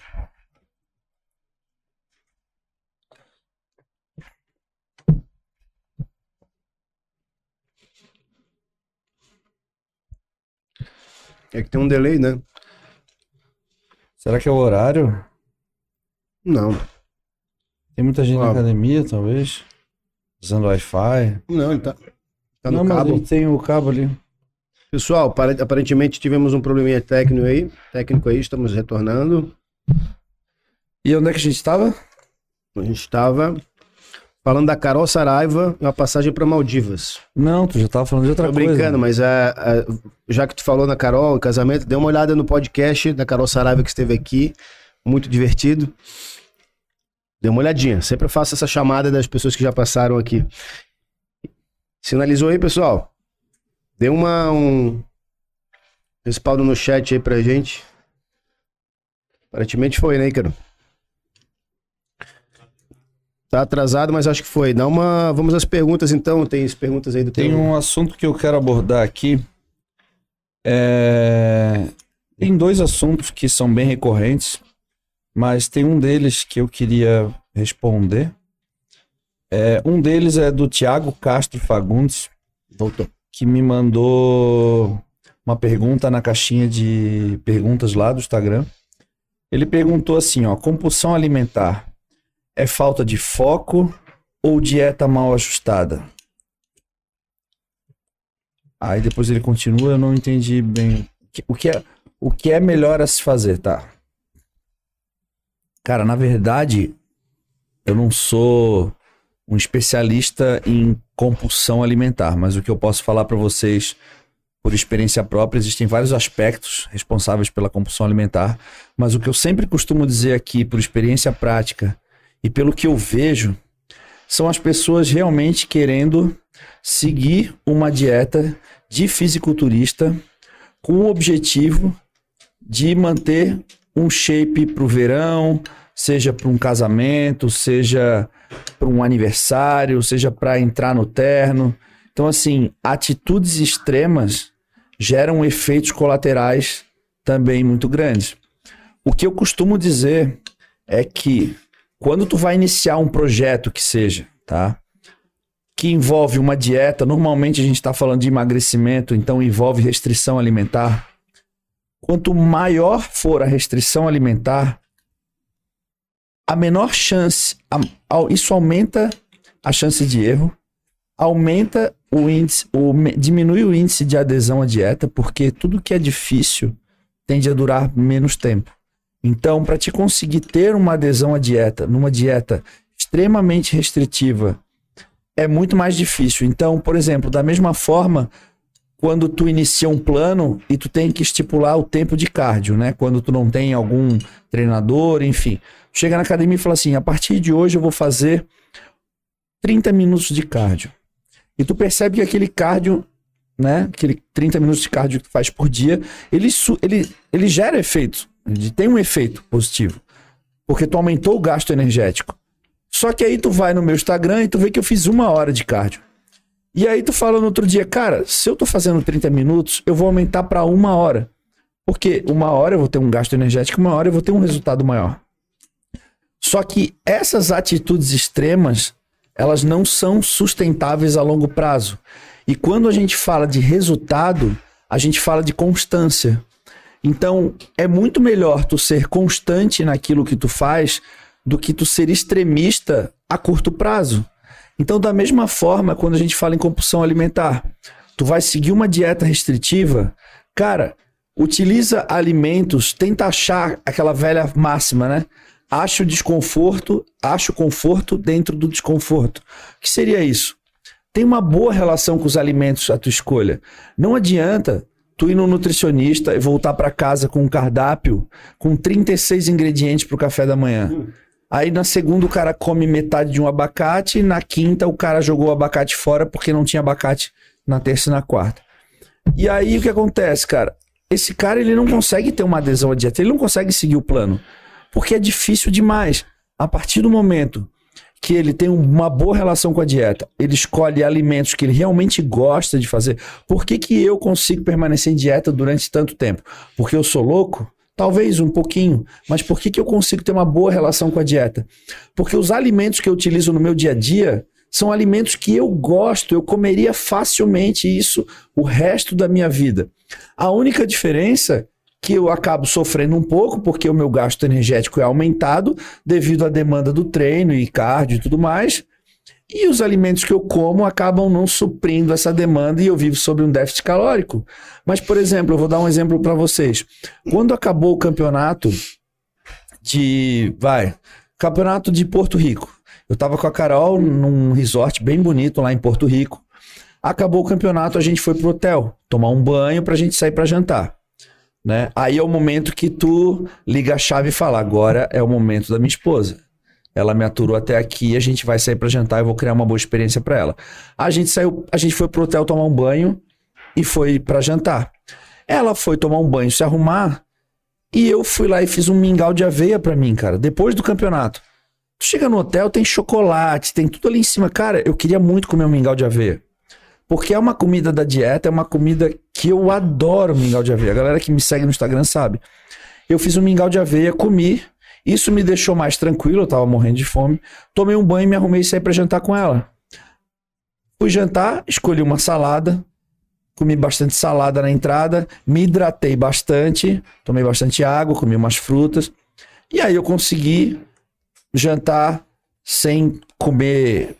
É que tem um delay, né? Será que é o horário? Não. Tem muita gente na academia, talvez. Usando Wi-Fi. Não, ele tá no Não, mas cabo. ele tem o cabo ali. Pessoal, aparentemente tivemos um probleminha técnico aí, estamos retornando. E onde é que a gente estava? A gente estava falando da Carol Saraiva e uma passagem para Maldivas. Não, tu já estava falando de outra Tô coisa. brincando, mas já que tu falou na Carol, o casamento, dê uma olhada no podcast da Carol Saraiva que esteve aqui, muito divertido. Dê uma olhadinha, sempre eu faço essa chamada das pessoas que já passaram aqui. Sinalizou aí, pessoal? Dê um respaldo no chat aí pra gente. Aparentemente foi, né, Ícaro? Tá atrasado, mas acho que foi. Vamos às perguntas, então. Tem as perguntas aí do Tem um assunto que eu quero abordar aqui. Tem dois assuntos que são bem recorrentes, mas tem um deles que eu queria responder. Um deles é do Thiago Castro Fagundes. Voltou. Que me mandou uma pergunta na caixinha de perguntas lá do Instagram. Ele perguntou assim, ó, compulsão alimentar é falta de foco ou dieta mal ajustada? Aí depois ele continua, eu não entendi bem. O que é melhor a se fazer, tá? Cara, na verdade, eu não sou um especialista em compulsão alimentar, mas o que eu posso falar para vocês por experiência própria, existem vários aspectos responsáveis pela compulsão alimentar, mas o que eu sempre costumo dizer aqui por experiência prática e pelo que eu vejo, são as pessoas realmente querendo seguir uma dieta de fisiculturista com o objetivo de manter um shape para o verão, seja para um casamento, seja para um aniversário, seja para entrar no terno. Então, assim, atitudes extremas geram efeitos colaterais também muito grandes. O que eu costumo dizer é que quando tu vai iniciar um projeto que seja, tá? Que envolve uma dieta, normalmente a gente está falando de emagrecimento, então envolve restrição alimentar. Quanto maior for a restrição alimentar, a menor chance, isso aumenta a chance de erro, aumenta o índice, diminui o índice de adesão à dieta, porque tudo que é difícil tende a durar menos tempo. Então, para te conseguir ter uma adesão à dieta, numa dieta extremamente restritiva, é muito mais difícil. Então, por exemplo, da mesma forma, quando tu inicia um plano e tu tem que estipular o tempo de cardio, né? Quando tu não tem algum treinador, enfim. Chega na academia e fala assim, a partir de hoje eu vou fazer 30 minutos de cardio. E tu percebe que aquele cardio, né? Aquele 30 minutos de cardio que tu faz por dia, ele gera efeito. Ele tem um efeito positivo. Porque tu aumentou o gasto energético. Só que aí tu vai no meu Instagram e tu vê que eu fiz 1 hora de cardio. E aí tu fala no outro dia, cara, se eu tô fazendo 30 minutos, eu vou aumentar para 1 hora. Porque 1 hora eu vou ter um gasto energético, 1 hora eu vou ter um resultado maior. Só que essas atitudes extremas, elas não são sustentáveis a longo prazo. E quando a gente fala de resultado, a gente fala de constância. Então, é muito melhor tu ser constante naquilo que tu faz do que tu ser extremista a curto prazo. Então, da mesma forma, quando a gente fala em compulsão alimentar, tu vai seguir uma dieta restritiva, cara, utiliza alimentos, tenta achar aquela velha máxima, né? Acha o conforto dentro do desconforto. O que seria isso? Tem uma boa relação com os alimentos à tua escolha. Não adianta tu ir no nutricionista e voltar para casa com um cardápio com 36 ingredientes para o café da manhã. Aí na segunda o cara come metade de um abacate, na quinta o cara jogou o abacate fora porque não tinha abacate na terça e na quarta. E aí o que acontece, cara? Esse cara ele não consegue ter uma adesão à dieta, ele não consegue seguir o plano, porque é difícil demais. A partir do momento que ele tem uma boa relação com a dieta, ele escolhe alimentos que ele realmente gosta de fazer. Por que que eu consigo permanecer em dieta durante tanto tempo? Porque eu sou louco? Talvez um pouquinho, mas por que que eu consigo ter uma boa relação com a dieta? Porque os alimentos que eu utilizo no meu dia a dia são alimentos que eu gosto, eu comeria facilmente isso o resto da minha vida. A única diferença que eu acabo sofrendo um pouco, porque o meu gasto energético é aumentado devido à demanda do treino e cardio e tudo mais, e os alimentos que eu como acabam não suprindo essa demanda e eu vivo sob um déficit calórico. Mas, por exemplo, eu vou dar um exemplo para vocês. Quando acabou o campeonato de Porto Rico, eu estava com a Carol num resort bem bonito lá em Porto Rico. Acabou o campeonato, a gente foi pro hotel tomar um banho pra gente sair para jantar. Né? Aí é o momento que tu liga a chave e fala, agora é o momento da minha esposa. Ela me aturou até aqui, a gente vai sair para jantar, eu vou criar uma boa experiência para ela. A gente foi pro hotel tomar um banho e foi para jantar. Ela foi tomar um banho, se arrumar, e eu fui lá e fiz um mingau de aveia para mim, cara, depois do campeonato. Tu chega no hotel, tem chocolate, tem tudo ali em cima. Cara, eu queria muito comer um mingau de aveia. Porque é uma comida da dieta, é uma comida que eu adoro, mingau de aveia. A galera que me segue no Instagram sabe. Eu fiz um mingau de aveia, comi. Isso me deixou mais tranquilo, eu tava morrendo de fome. Tomei um banho, me arrumei e saí pra jantar com ela. Fui jantar, escolhi uma salada. Comi bastante salada na entrada. Me hidratei bastante. Tomei bastante água, comi umas frutas. E aí eu consegui jantar sem comer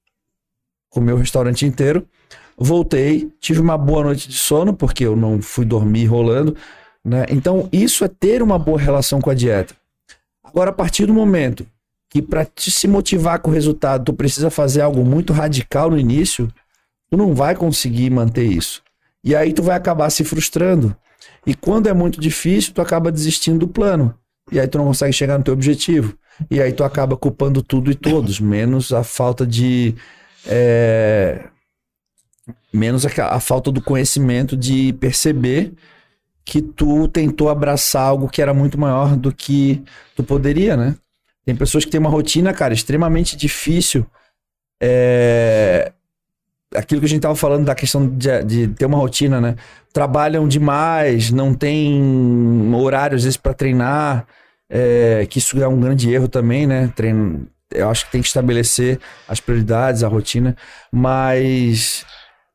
o restaurante inteiro. Voltei, tive uma boa noite de sono, porque eu não fui dormir rolando, né? Então, isso é ter uma boa relação com a dieta. Agora, a partir do momento que para te se motivar com o resultado, tu precisa fazer algo muito radical no início, tu não vai conseguir manter isso. E aí tu vai acabar se frustrando. E quando é muito difícil, tu acaba desistindo do plano. E aí tu não consegue chegar no teu objetivo. E aí tu acaba culpando tudo e todos, menos a falta de... menos a falta do conhecimento de perceber que tu tentou abraçar algo que era muito maior do que tu poderia, né? Tem pessoas que têm uma rotina, cara, extremamente difícil. Aquilo que a gente tava falando da questão de ter uma rotina, né? Trabalham demais, não tem horário às vezes para treinar, que isso é um grande erro também, né? Eu acho que tem que estabelecer as prioridades, a rotina, mas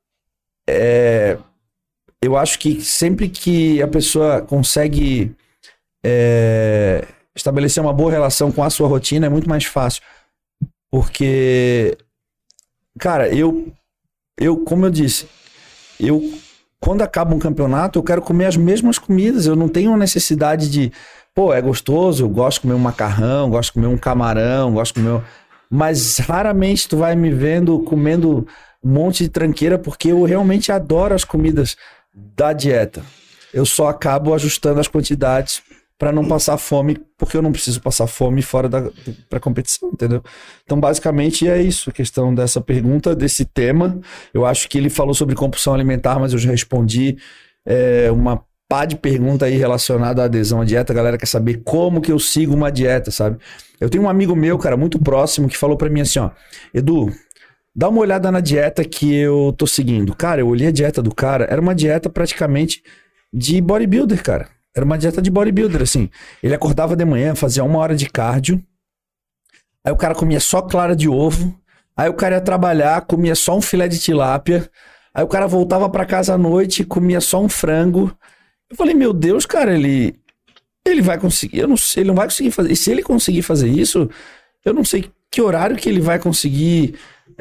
eu acho que sempre que a pessoa consegue estabelecer uma boa relação com a sua rotina, é muito mais fácil. Porque, cara, como eu disse, quando acaba um campeonato, eu quero comer as mesmas comidas, eu não tenho necessidade de, pô, é gostoso, eu gosto de comer um macarrão, gosto de comer um camarão, gosto de comer... Mas raramente tu vai me vendo comendo um monte de tranqueira, porque eu realmente adoro as comidas da dieta. Eu só acabo ajustando as quantidades para não passar fome, porque eu não preciso passar fome fora pra competição, entendeu? Então, basicamente, é isso, a questão dessa pergunta, desse tema. Eu acho que ele falou sobre compulsão alimentar, mas eu já respondi uma pá de pergunta aí relacionada à adesão à dieta. A galera quer saber como que eu sigo uma dieta, sabe? Eu tenho um amigo meu, cara, muito próximo, que falou pra mim assim, ó, Edu, dá uma olhada na dieta que eu tô seguindo. Cara, eu olhei a dieta do cara, era uma dieta praticamente de bodybuilder, cara. Era uma dieta de bodybuilder, assim. Ele acordava de manhã, fazia 1 hora de cardio, aí o cara comia só clara de ovo, aí o cara ia trabalhar, comia só um filé de tilápia, aí o cara voltava pra casa à noite, comia só um frango. Eu falei, meu Deus, cara, ele vai conseguir, eu não sei, ele não vai conseguir fazer. E se ele conseguir fazer isso, eu não sei que horário que ele vai conseguir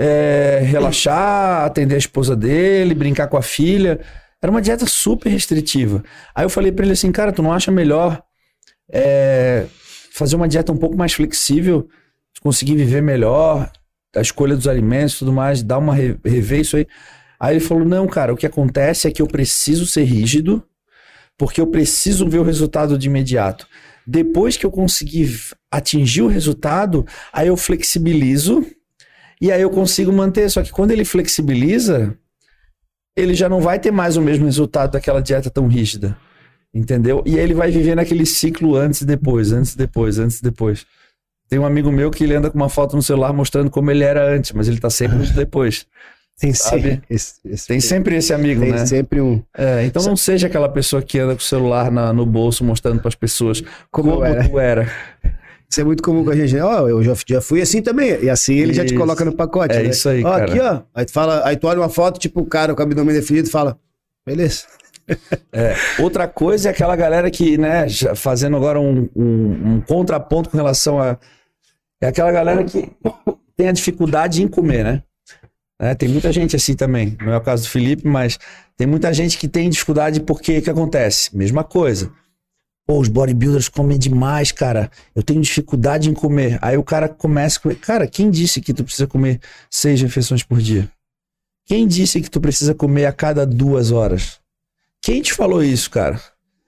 relaxar, atender a esposa dele, brincar com a filha. Era uma dieta super restritiva. Aí eu falei pra ele assim, cara, tu não acha melhor fazer uma dieta um pouco mais flexível, conseguir viver melhor, a escolha dos alimentos e tudo mais, dar uma rever isso aí. Aí ele falou, não, cara, o que acontece é que eu preciso ser rígido, porque eu preciso ver o resultado de imediato. Depois que eu conseguir atingir o resultado, aí eu flexibilizo e aí eu consigo manter. Só que quando ele flexibiliza, ele já não vai ter mais o mesmo resultado daquela dieta tão rígida, entendeu? E aí ele vai viver naquele ciclo antes e depois, antes e depois, antes e depois. Tem um amigo meu que ele anda com uma foto no celular mostrando como ele era antes, mas ele tá sempre depois. Tem sabe? Tem sempre esse amigo, né? Tem sempre um... então não seja aquela pessoa que anda com o celular no bolso mostrando para as pessoas como tu era. Isso é muito comum com a gente, né? Eu já fui assim também. E assim ele já te coloca no pacote, né? Isso aí, cara. Aqui, ó. Aí tu olha uma foto, tipo o cara com o abdômen definido e fala, beleza. Outra coisa é aquela galera que, né, fazendo agora um contraponto com relação a... É aquela galera que tem a dificuldade em comer, né? Tem muita gente assim também. Não é o caso do Felipe, mas tem muita gente que tem dificuldade porque o que acontece? Mesma coisa. Pô, os bodybuilders comem demais, cara. Eu tenho dificuldade em comer. Aí o cara começa a comer. Cara, quem disse que tu precisa comer 6 refeições por dia? Quem disse que tu precisa comer a cada 2 horas? Quem te falou isso, cara?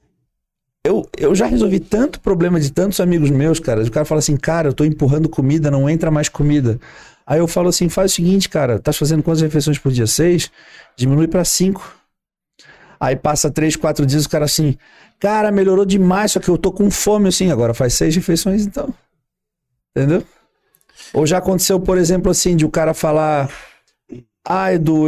Eu já resolvi tanto problema de tantos amigos meus, cara. O cara fala assim, cara, eu tô empurrando comida, não entra mais comida. Aí eu falo assim, faz o seguinte, cara, tá fazendo quantas refeições por dia? 6? Diminui pra 5. Aí passa 3, 4 dias, o cara assim, cara, melhorou demais, só que eu tô com fome, assim, agora faz 6 refeições, então. Entendeu? Ou já aconteceu, por exemplo, assim, de o cara falar, Edu,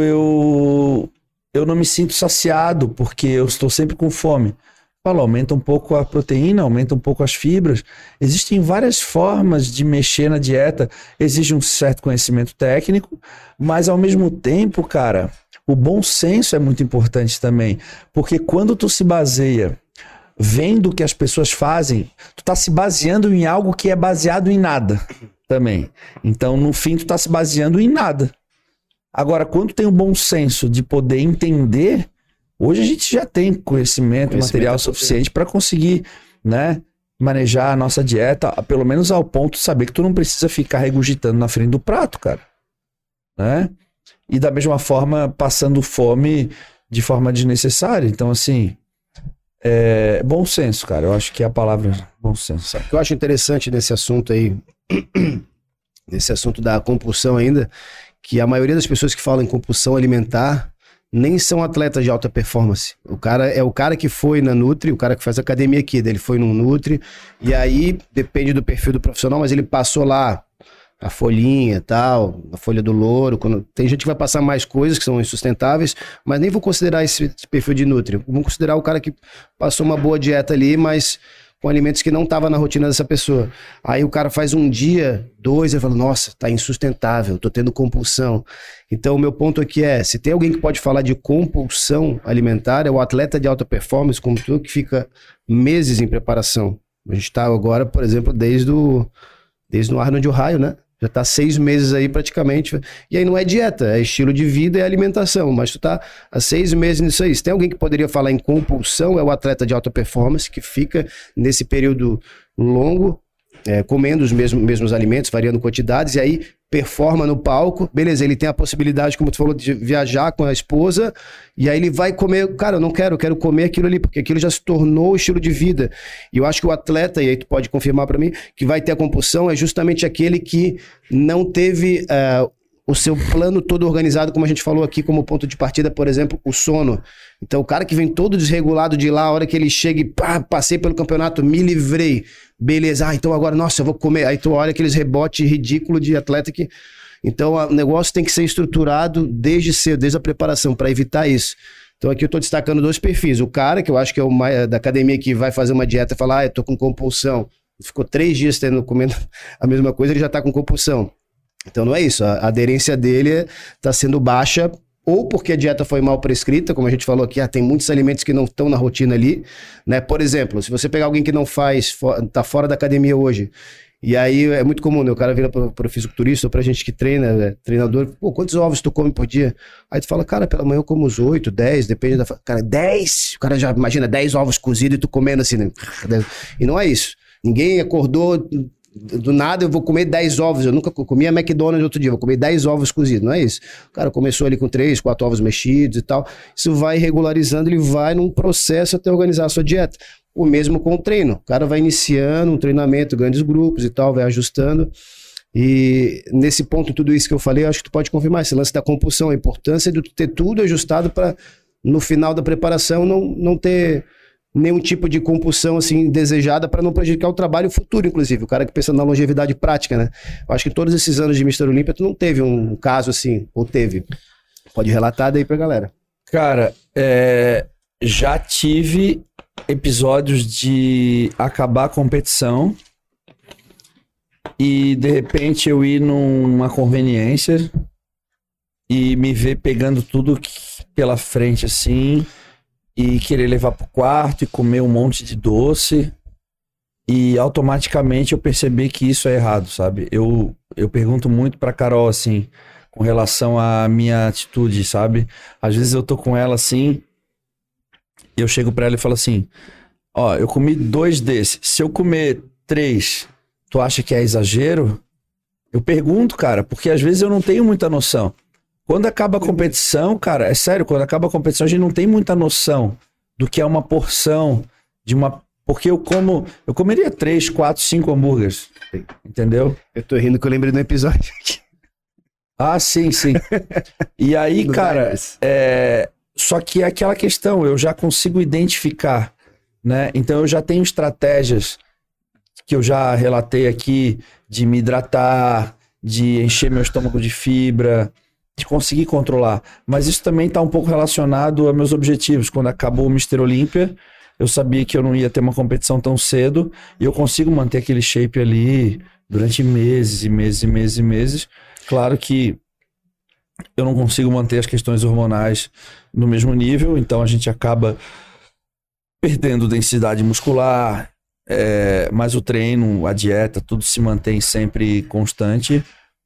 eu não me sinto saciado, porque eu estou sempre com fome. Fala, aumenta um pouco a proteína, aumenta um pouco as fibras. Existem várias formas de mexer na dieta, exige um certo conhecimento técnico, mas ao mesmo tempo, cara, o bom senso é muito importante também, porque quando tu se baseia vendo o que as pessoas fazem, tu tá se baseando em algo que é baseado em nada também. Então, no fim, tu tá se baseando em nada. Agora, quando tem um bom senso de poder entender, hoje a gente já tem conhecimento material suficiente para conseguir, né, manejar a nossa dieta, pelo menos ao ponto de saber que tu não precisa ficar regurgitando na frente do prato, cara. Né? E da mesma forma, passando fome de forma desnecessária. Então, assim, bom senso, cara. Eu acho que é a palavra bom senso. Sabe? O que eu acho interessante nesse assunto aí, nesse assunto da compulsão ainda, que a maioria das pessoas que falam em compulsão alimentar nem são atletas de alta performance. O cara é o cara que foi na Nutri, o cara que faz academia aqui, ele foi no Nutri, e aí depende do perfil do profissional, mas ele passou lá a folhinha e tal, a folha do louro. Tem gente que vai passar mais coisas que são insustentáveis, mas nem vou considerar esse perfil de Nutri. Vamos considerar o cara que passou uma boa dieta ali, mas com alimentos que não estavam na rotina dessa pessoa. Aí o cara faz 1 dia, 2, e fala, nossa, tá insustentável, tô tendo compulsão. Então o meu ponto aqui se tem alguém que pode falar de compulsão alimentar, é o atleta de alta performance, como tu, que fica meses em preparação. A gente tá agora, por exemplo, desde o Arnold Ohio, né? Já tá 6 meses aí praticamente. E aí não é dieta, é estilo de vida e alimentação. Mas tu tá há 6 meses nisso aí. Se tem alguém que poderia falar em compulsão, é o atleta de alta performance, que fica nesse período longo comendo os mesmos alimentos, variando quantidades, e aí performa no palco, beleza, ele tem a possibilidade, como tu falou, de viajar com a esposa, e aí ele vai comer, cara, eu quero comer aquilo ali, porque aquilo já se tornou o estilo de vida. E eu acho que o atleta, e aí tu pode confirmar para mim, que vai ter a compulsão é justamente aquele que não teve o seu plano todo organizado, como a gente falou aqui, como ponto de partida, por exemplo, o sono. Então, o cara que vem todo desregulado de lá, a hora que ele chega e passei pelo campeonato, me livrei. Beleza, então agora, nossa, eu vou comer. Aí tu olha aqueles rebotes ridículos de atleta que... Então, o negócio tem que ser estruturado desde cedo, desde a preparação, para evitar isso. Então, aqui eu tô destacando 2 perfis. O cara, que eu acho que é o da academia, que vai fazer uma dieta e fala, eu tô com compulsão. Ficou 3 dias comendo a mesma coisa, ele já tá com compulsão. Então não é isso, a aderência dele está sendo baixa, ou porque a dieta foi mal prescrita, como a gente falou aqui, tem muitos alimentos que não estão na rotina ali, né? Por exemplo, se você pegar alguém que não faz, tá fora da academia hoje, e aí é muito comum, né? O cara vira para o fisiculturista ou pra gente que treina, né? Treinador, pô, quantos ovos tu come por dia? Aí tu fala, cara, pela manhã eu como uns 8, 10, depende da... Cara, 10? O cara já imagina 10 ovos cozidos e tu comendo assim, né? E não é isso. Ninguém acordou... Do nada eu vou comer 10 ovos, eu nunca comia McDonald's outro dia, vou comer 10 ovos cozidos, não é isso? O cara começou ali com 3, 4 ovos mexidos e tal, isso vai regularizando, ele vai num processo até organizar a sua dieta. O mesmo com o treino, o cara vai iniciando um treinamento, grandes grupos e tal, vai ajustando, e nesse ponto, tudo isso que eu falei, eu acho que tu pode confirmar, esse lance da compulsão, a importância de tu ter tudo ajustado para no final da preparação não ter... nenhum tipo de compulsão assim desejada para não prejudicar o trabalho futuro, inclusive. O cara que pensa na longevidade prática, né? Eu acho que todos esses anos de Mr. Olímpia, tu não teve um caso assim, ou teve? Pode relatar daí pra galera. Cara, já tive episódios de acabar a competição e de repente eu ir numa conveniência e me ver pegando tudo pela frente assim... e querer levar pro quarto e comer um monte de doce, e automaticamente eu percebi que isso é errado, sabe? Eu pergunto muito pra Carol, assim, com relação à minha atitude, sabe? Às vezes eu tô com ela, assim, eu chego pra ela e falo assim, ó, eu comi 2 desses, se eu comer 3, tu acha que é exagero? Eu pergunto, cara, porque às vezes eu não tenho muita noção. Quando acaba a competição, cara, é sério, quando acaba a competição a gente não tem muita noção do que é uma porção de uma... Porque eu comeria 3, 4, 5 hambúrgueres, entendeu? Eu tô rindo que eu lembrei do episódio aqui. Ah, sim. E aí, cara, só que é aquela questão, eu já consigo identificar, né? Então eu já tenho estratégias que eu já relatei aqui de me hidratar, de encher meu estômago de fibra... de conseguir controlar, mas isso também está um pouco relacionado a meus objetivos. Quando acabou o Mr. Olímpia, eu sabia que eu não ia ter uma competição tão cedo, e eu consigo manter aquele shape ali durante meses e meses e meses e meses. Claro que eu não consigo manter as questões hormonais no mesmo nível, então a gente acaba perdendo densidade muscular, mas o treino, a dieta, tudo se mantém sempre constante.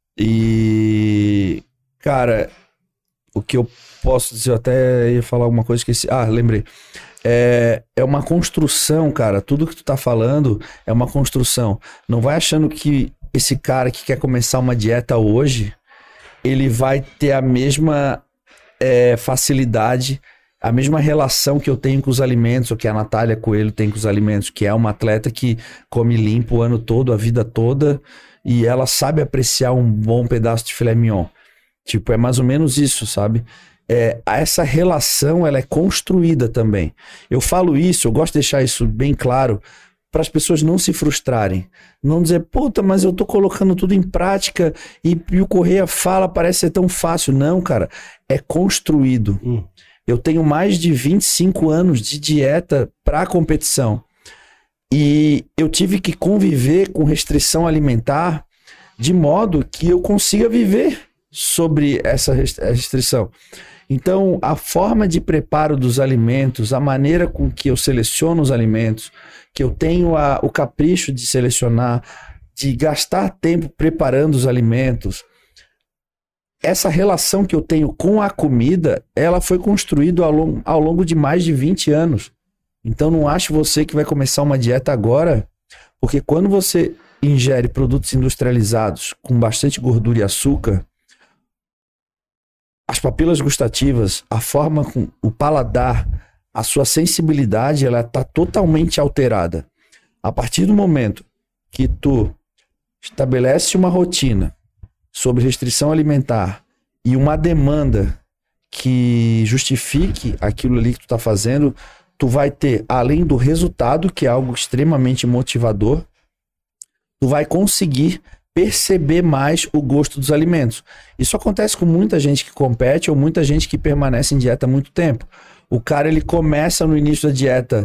E... cara, o que eu posso dizer, eu até ia falar alguma coisa, esqueci. Ah, lembrei. É uma construção, cara. Tudo que tu tá falando é uma construção. Não vai achando que esse cara que quer começar uma dieta hoje, ele vai ter a mesma facilidade, a mesma relação que eu tenho com os alimentos, ou que a Natália Coelho tem com os alimentos, que é uma atleta que come limpo o ano todo, a vida toda, e ela sabe apreciar um bom pedaço de filé mignon. Tipo, é mais ou menos isso, sabe? Essa relação, ela é construída também. Eu falo isso, eu gosto de deixar isso bem claro, para as pessoas não se frustrarem. Não dizer, puta, mas eu tô colocando tudo em prática e o Correia fala, parece ser tão fácil. Não, cara, é construído. Eu tenho mais de 25 anos de dieta para competição. E eu tive que conviver com restrição alimentar de modo que eu consiga viver sobre essa restrição. Então, a forma de preparo dos alimentos, a maneira com que eu seleciono os alimentos, que eu tenho o capricho de selecionar, de gastar tempo preparando os alimentos, essa relação que eu tenho com a comida, ela foi construída ao longo de mais de 20 anos. Então, não ache você que vai começar uma dieta agora, porque quando você ingere produtos industrializados com bastante gordura e açúcar, as papilas gustativas, a forma com o paladar, a sua sensibilidade, ela está totalmente alterada. A partir do momento que tu estabelece uma rotina sobre restrição alimentar e uma demanda que justifique aquilo ali que tu está fazendo, tu vai ter, além do resultado, que é algo extremamente motivador, tu vai conseguir perceber mais o gosto dos alimentos. Isso acontece com muita gente que compete ou muita gente que permanece em dieta há muito tempo. O cara, ele começa no início da dieta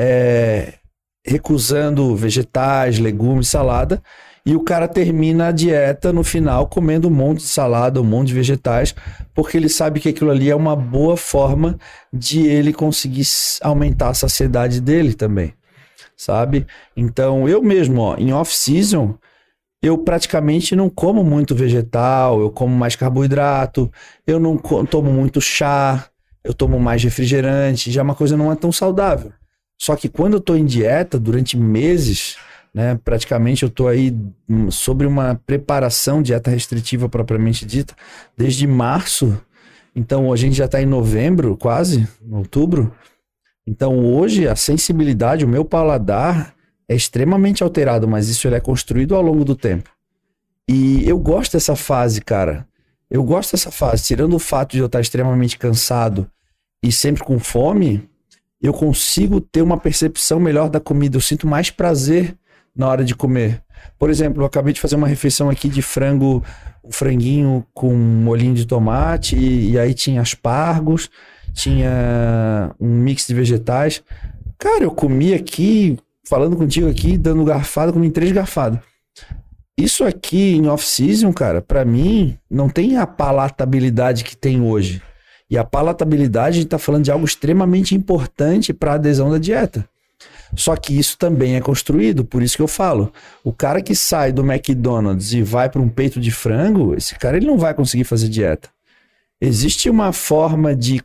recusando vegetais, legumes, salada, e o cara termina a dieta no final comendo um monte de salada, um monte de vegetais, porque ele sabe que aquilo ali é uma boa forma de ele conseguir aumentar a saciedade dele também, sabe? Então, eu mesmo, ó, em off-season, eu praticamente não como muito vegetal, eu como mais carboidrato, eu não tomo muito chá, eu tomo mais refrigerante, já uma coisa não é tão saudável. Só que quando eu tô em dieta, durante meses, né, praticamente eu tô aí sobre uma preparação, dieta restritiva propriamente dita, desde março. Então a gente já tá em novembro, quase, em outubro. Então hoje a sensibilidade, o meu paladar é extremamente alterado, mas isso ele é construído ao longo do tempo. E eu gosto dessa fase, cara. Eu gosto dessa fase. Tirando o fato de eu estar extremamente cansado e sempre com fome, eu consigo ter uma percepção melhor da comida. Eu sinto mais prazer na hora de comer. Por exemplo, eu acabei de fazer uma refeição aqui de frango, um franguinho com molhinho de tomate, e aí tinha aspargos, tinha um mix de vegetais. Cara, eu comi aqui, falando contigo aqui, dando garfada, comi 3 garfadas. Isso aqui em off-season, cara, pra mim, não tem a palatabilidade que tem hoje. E a palatabilidade, a gente tá falando de algo extremamente importante para a adesão da dieta. Só que isso também é construído, por isso que eu falo. O cara que sai do McDonald's e vai para um peito de frango, esse cara ele não vai conseguir fazer dieta. Existe uma forma de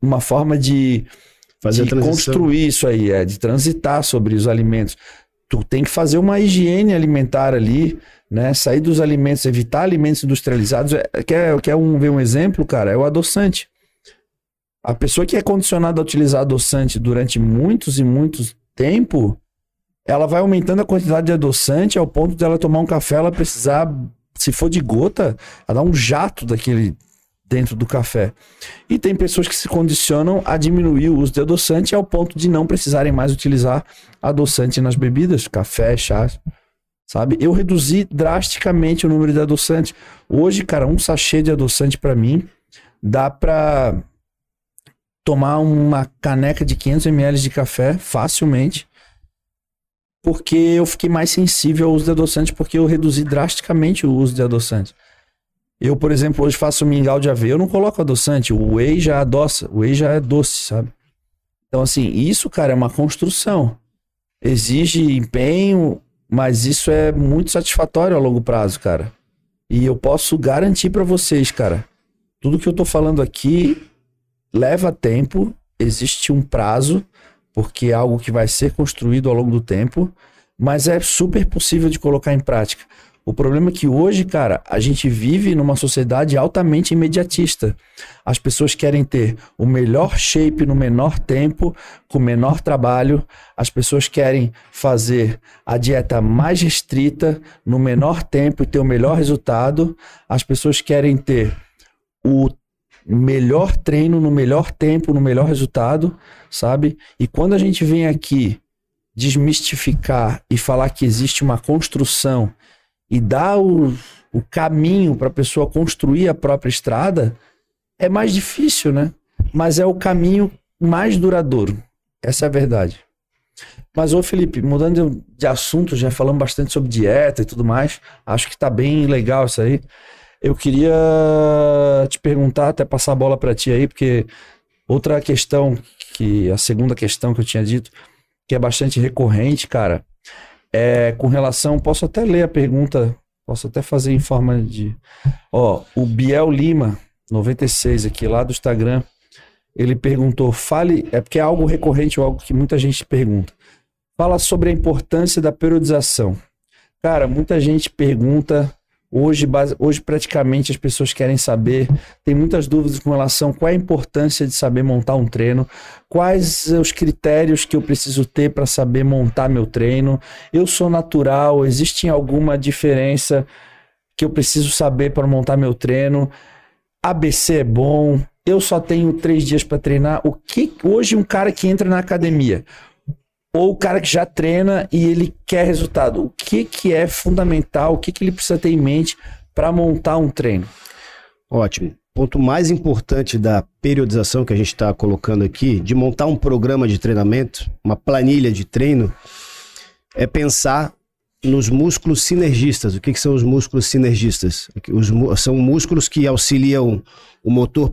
fazer construir isso aí, de transitar sobre os alimentos. Tu tem que fazer uma higiene alimentar ali, né? Sair dos alimentos, evitar alimentos industrializados. Quer ver um exemplo, cara? É o adoçante. A pessoa que é condicionada a utilizar adoçante durante muitos e muitos tempo, ela vai aumentando a quantidade de adoçante ao ponto de ela tomar um café, ela precisar, se for de gota, ela dá um jato daquele dentro do café. E tem pessoas que se condicionam a diminuir o uso de adoçante ao ponto de não precisarem mais utilizar adoçante nas bebidas, café, chá, sabe? Eu reduzi drasticamente o número de adoçantes. Hoje, cara, um sachê de adoçante para mim dá para tomar uma caneca de 500 ml de café facilmente, porque eu fiquei mais sensível ao uso de adoçante, porque eu reduzi drasticamente o uso de adoçante. Eu, por exemplo, hoje faço mingau de aveia, eu não coloco adoçante, o whey já adoça, o whey já é doce, sabe? Então, assim, isso, cara, é uma construção. Exige empenho, mas isso é muito satisfatório a longo prazo, cara. E eu posso garantir pra vocês, cara, tudo que eu tô falando aqui leva tempo, existe um prazo, porque é algo que vai ser construído ao longo do tempo, mas é super possível de colocar em prática. O problema é que hoje, cara, a gente vive numa sociedade altamente imediatista. As pessoas querem ter o melhor shape no menor tempo, com menor trabalho. As pessoas querem fazer a dieta mais restrita no menor tempo e ter o melhor resultado. As pessoas querem ter o melhor treino no melhor tempo, no melhor resultado, sabe? E quando a gente vem aqui desmistificar e falar que existe uma construção e dar o caminho para a pessoa construir a própria estrada, é mais difícil, né? Mas é o caminho mais duradouro. Essa é a verdade. Mas, ô Felipe, mudando de assunto, já falamos bastante sobre dieta e tudo mais, acho que tá bem legal isso aí. Eu queria te perguntar, até passar a bola para ti aí, porque outra questão, a segunda questão que eu tinha dito, que é bastante recorrente, cara, é com relação, posso até ler a pergunta, posso até fazer em forma de... Ó, o Biel Lima, 96 aqui, lá do Instagram, ele perguntou, é porque é algo recorrente, algo que muita gente pergunta. Fala sobre a importância da periodização. Cara, muita gente pergunta, hoje praticamente as pessoas querem saber, tem muitas dúvidas com relação a qual é a importância de saber montar um treino, quais os critérios que eu preciso ter para saber montar meu treino, eu sou natural, existe alguma diferença que eu preciso saber para montar meu treino, ABC é bom, eu só tenho 3 dias para treinar, hoje um cara que entra na academia, ou o cara que já treina e ele quer resultado. O que é fundamental, o que ele precisa ter em mente para montar um treino? Ótimo. Ponto mais importante da periodização que a gente está colocando aqui, de montar um programa de treinamento, uma planilha de treino, é pensar nos músculos sinergistas. O que são os músculos sinergistas? São músculos que auxiliam o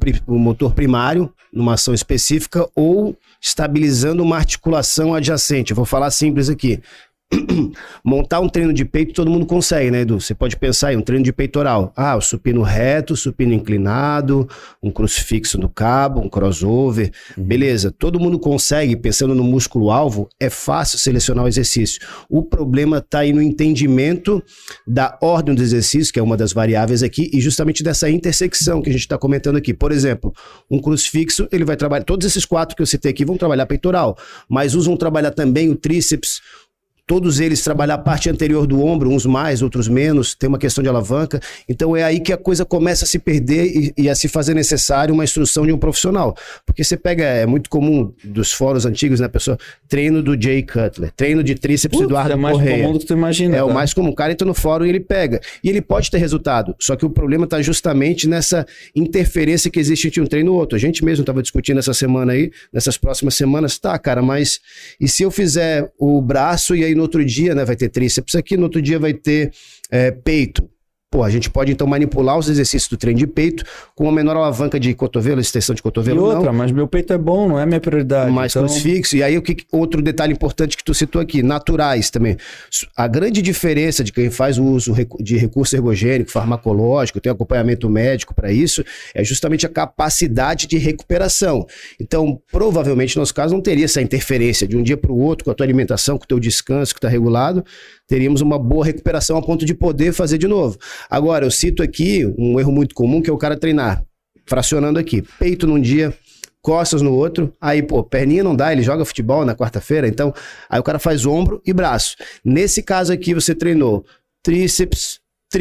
motor primário numa ação específica ou estabilizando uma articulação adjacente. Eu vou falar simples aqui. Montar um treino de peito todo mundo consegue, né, Edu? Você pode pensar em um treino de peitoral. O supino reto, supino inclinado, um crucifixo no cabo, um crossover. Beleza, todo mundo consegue, pensando no músculo-alvo, é fácil selecionar o exercício. O problema está aí no entendimento da ordem do exercício, que é uma das variáveis aqui, e justamente dessa intersecção que a gente está comentando aqui. Por exemplo, um crucifixo, ele vai trabalhar, todos esses 4 que eu citei aqui vão trabalhar peitoral, mas uns vão trabalhar também o tríceps. Todos eles trabalhar a parte anterior do ombro, uns mais, outros menos, tem uma questão de alavanca. Então é aí que a coisa começa a se perder e a se fazer necessário uma instrução de um profissional. Porque você pega, é muito comum dos fóruns antigos, né, pessoa? Treino do Jay Cutler, treino de tríceps do Eduardo Correia. É mais comum do que tu imagina. É o mais comum. O cara entra no fórum e ele pega. E ele pode ter resultado. Só que o problema está justamente nessa interferência que existe entre um treino e outro. A gente mesmo estava discutindo essa semana aí, nessas próximas semanas. Tá, cara, mas e se eu fizer o braço e aí no outro dia, né, vai ter tríceps aqui, no outro dia vai ter peito. Pô, a gente pode então manipular os exercícios do treino de peito com uma menor alavanca de cotovelo, extensão de cotovelo. E outra, mas meu peito é bom, não é minha prioridade. Mais então... crucifixo. E aí, outro detalhe importante que tu citou aqui, naturais também. A grande diferença de quem faz o uso de recurso ergogênico, farmacológico, tem acompanhamento médico para isso, é justamente a capacidade de recuperação. Então, provavelmente, no nosso caso, não teria essa interferência de um dia para o outro, com a tua alimentação, com o teu descanso que está regulado, teríamos uma boa recuperação a ponto de poder fazer de novo. Agora, eu cito aqui um erro muito comum, que é o cara treinar, fracionando aqui, peito num dia, costas no outro, aí, pô, perninha não dá, ele joga futebol na quarta-feira, então, aí o cara faz ombro e braço. Nesse caso aqui, você treinou tríceps,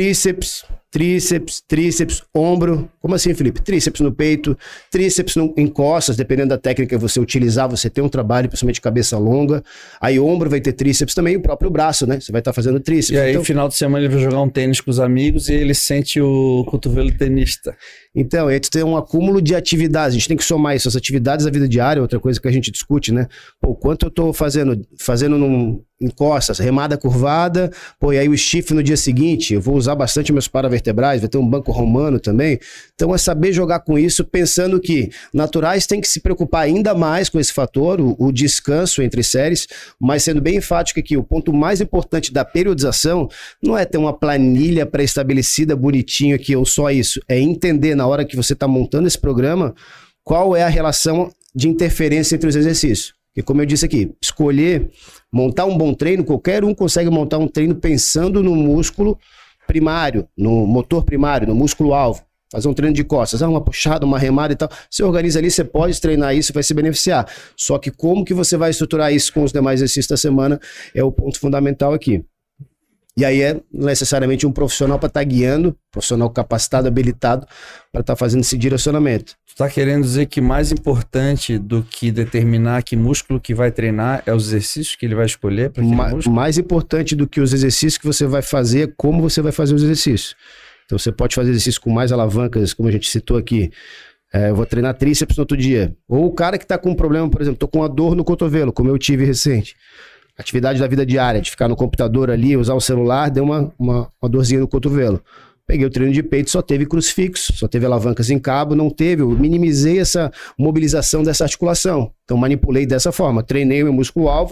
ombro. Como assim, Felipe? Tríceps no peito, tríceps em costas, dependendo da técnica que você utilizar, você tem um trabalho, principalmente cabeça longa. Aí ombro vai ter tríceps também, o próprio braço, né? Você vai estar fazendo tríceps. E aí, no final de semana, ele vai jogar um tênis com os amigos e ele sente o cotovelo tenista. Então, a gente tem um acúmulo de atividades, a gente tem que somar isso, as atividades da vida diária, outra coisa que a gente discute, né? Pô, quanto eu tô fazendo em costas, remada curvada, pô, e aí o stiff no dia seguinte, eu vou usar bastante meus paravertebrais, vai ter um banco romano também. Então é saber jogar com isso, pensando que naturais tem que se preocupar ainda mais com esse fator, o descanso entre séries, mas sendo bem enfático aqui, o ponto mais importante da periodização não é ter uma planilha pré-estabelecida, bonitinho aqui, ou só isso, é entender na hora que você está montando esse programa, qual é a relação de interferência entre os exercícios. E como eu disse aqui, montar um bom treino, qualquer um consegue montar um treino pensando no músculo primário, no motor primário, no músculo-alvo. Fazer um treino de costas, uma puxada, uma remada e tal. Você organiza ali, você pode treinar isso, vai se beneficiar. Só que como que você vai estruturar isso com os demais exercícios da semana é o ponto fundamental aqui. E aí é necessariamente um profissional para estar guiando, profissional capacitado, habilitado, para estar fazendo esse direcionamento. Tu está querendo dizer que mais importante do que determinar que músculo que vai treinar é os exercícios que ele vai escolher para aquele músculo? Mais importante do que os exercícios que você vai fazer é como você vai fazer os exercícios. Então você pode fazer exercícios com mais alavancas, como a gente citou aqui. Eu vou treinar tríceps no outro dia. Ou o cara que está com um problema, por exemplo, estou com uma dor no cotovelo, como eu tive recente. Atividade da vida diária, de ficar no computador ali, usar o celular, deu uma dorzinha no cotovelo. Peguei o treino de peito, só teve crucifixo, só teve alavancas em cabo, não teve, eu minimizei essa mobilização dessa articulação. Então manipulei dessa forma, treinei o meu músculo-alvo,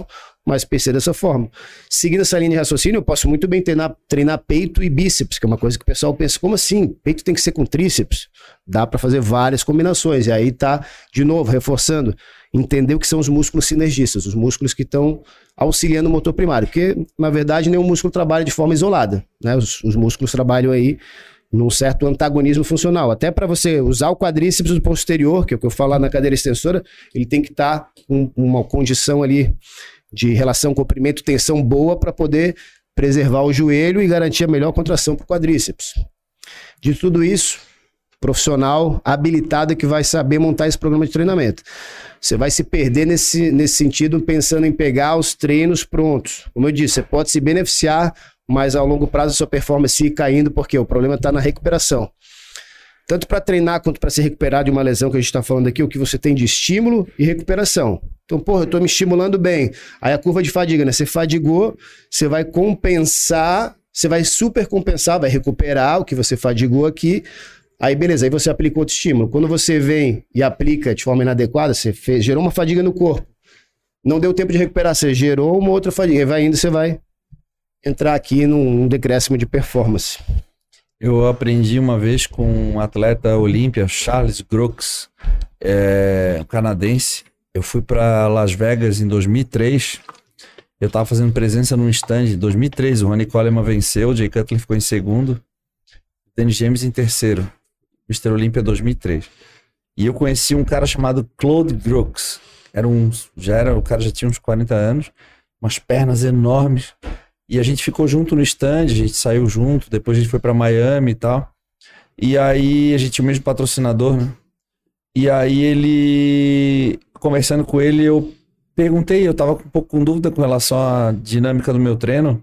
mas pensei dessa forma. Seguindo essa linha de raciocínio, eu posso muito bem treinar peito e bíceps, que é uma coisa que o pessoal pensa, como assim? Peito tem que ser com tríceps? Dá para fazer várias combinações, e aí tá, de novo, reforçando, entender o que são os músculos sinergistas, os músculos que estão auxiliando o motor primário, porque, na verdade, nenhum músculo trabalha de forma isolada, né? Os músculos trabalham aí num certo antagonismo funcional. Até para você usar o quadríceps do posterior, que é o que eu falo lá na cadeira extensora, ele tem que estar com uma condição ali de relação comprimento-tensão boa para poder preservar o joelho e garantir a melhor contração para o quadríceps. De tudo isso, profissional habilitado que vai saber montar esse programa de treinamento. Você vai se perder nesse sentido pensando em pegar os treinos prontos. Como eu disse, você pode se beneficiar, mas ao longo prazo a sua performance ir caindo, porque o problema está na recuperação. Tanto para treinar quanto para se recuperar de uma lesão que a gente está falando aqui, o que você tem de estímulo e recuperação. Então, eu estou me estimulando bem. Aí a curva de fadiga, né? Você fadigou, você vai compensar, você vai super compensar, vai recuperar o que você fadigou aqui. Aí beleza, aí você aplica outro estímulo. Quando você vem e aplica de forma inadequada, você gerou uma fadiga no corpo. Não deu tempo de recuperar, você gerou uma outra fadiga. Aí vai indo, você vai entrar aqui num decréscimo de performance. Eu aprendi uma vez com um atleta olímpia, Charles Grox, um canadense. Eu fui para Las Vegas em 2003. Eu estava fazendo presença num stand em 2003. O Ronnie Coleman venceu, o Jay Cutler ficou em segundo, Dennis James em terceiro. Mr. Olympia 2003. E eu conheci um cara chamado Claude Grox. O cara já tinha uns 40 anos, umas pernas enormes. E a gente ficou junto no stand, a gente saiu junto, depois a gente foi pra Miami e tal. E aí a gente tinha o mesmo patrocinador, né? E aí conversando com ele, eu perguntei, eu tava um pouco com dúvida com relação à dinâmica do meu treino.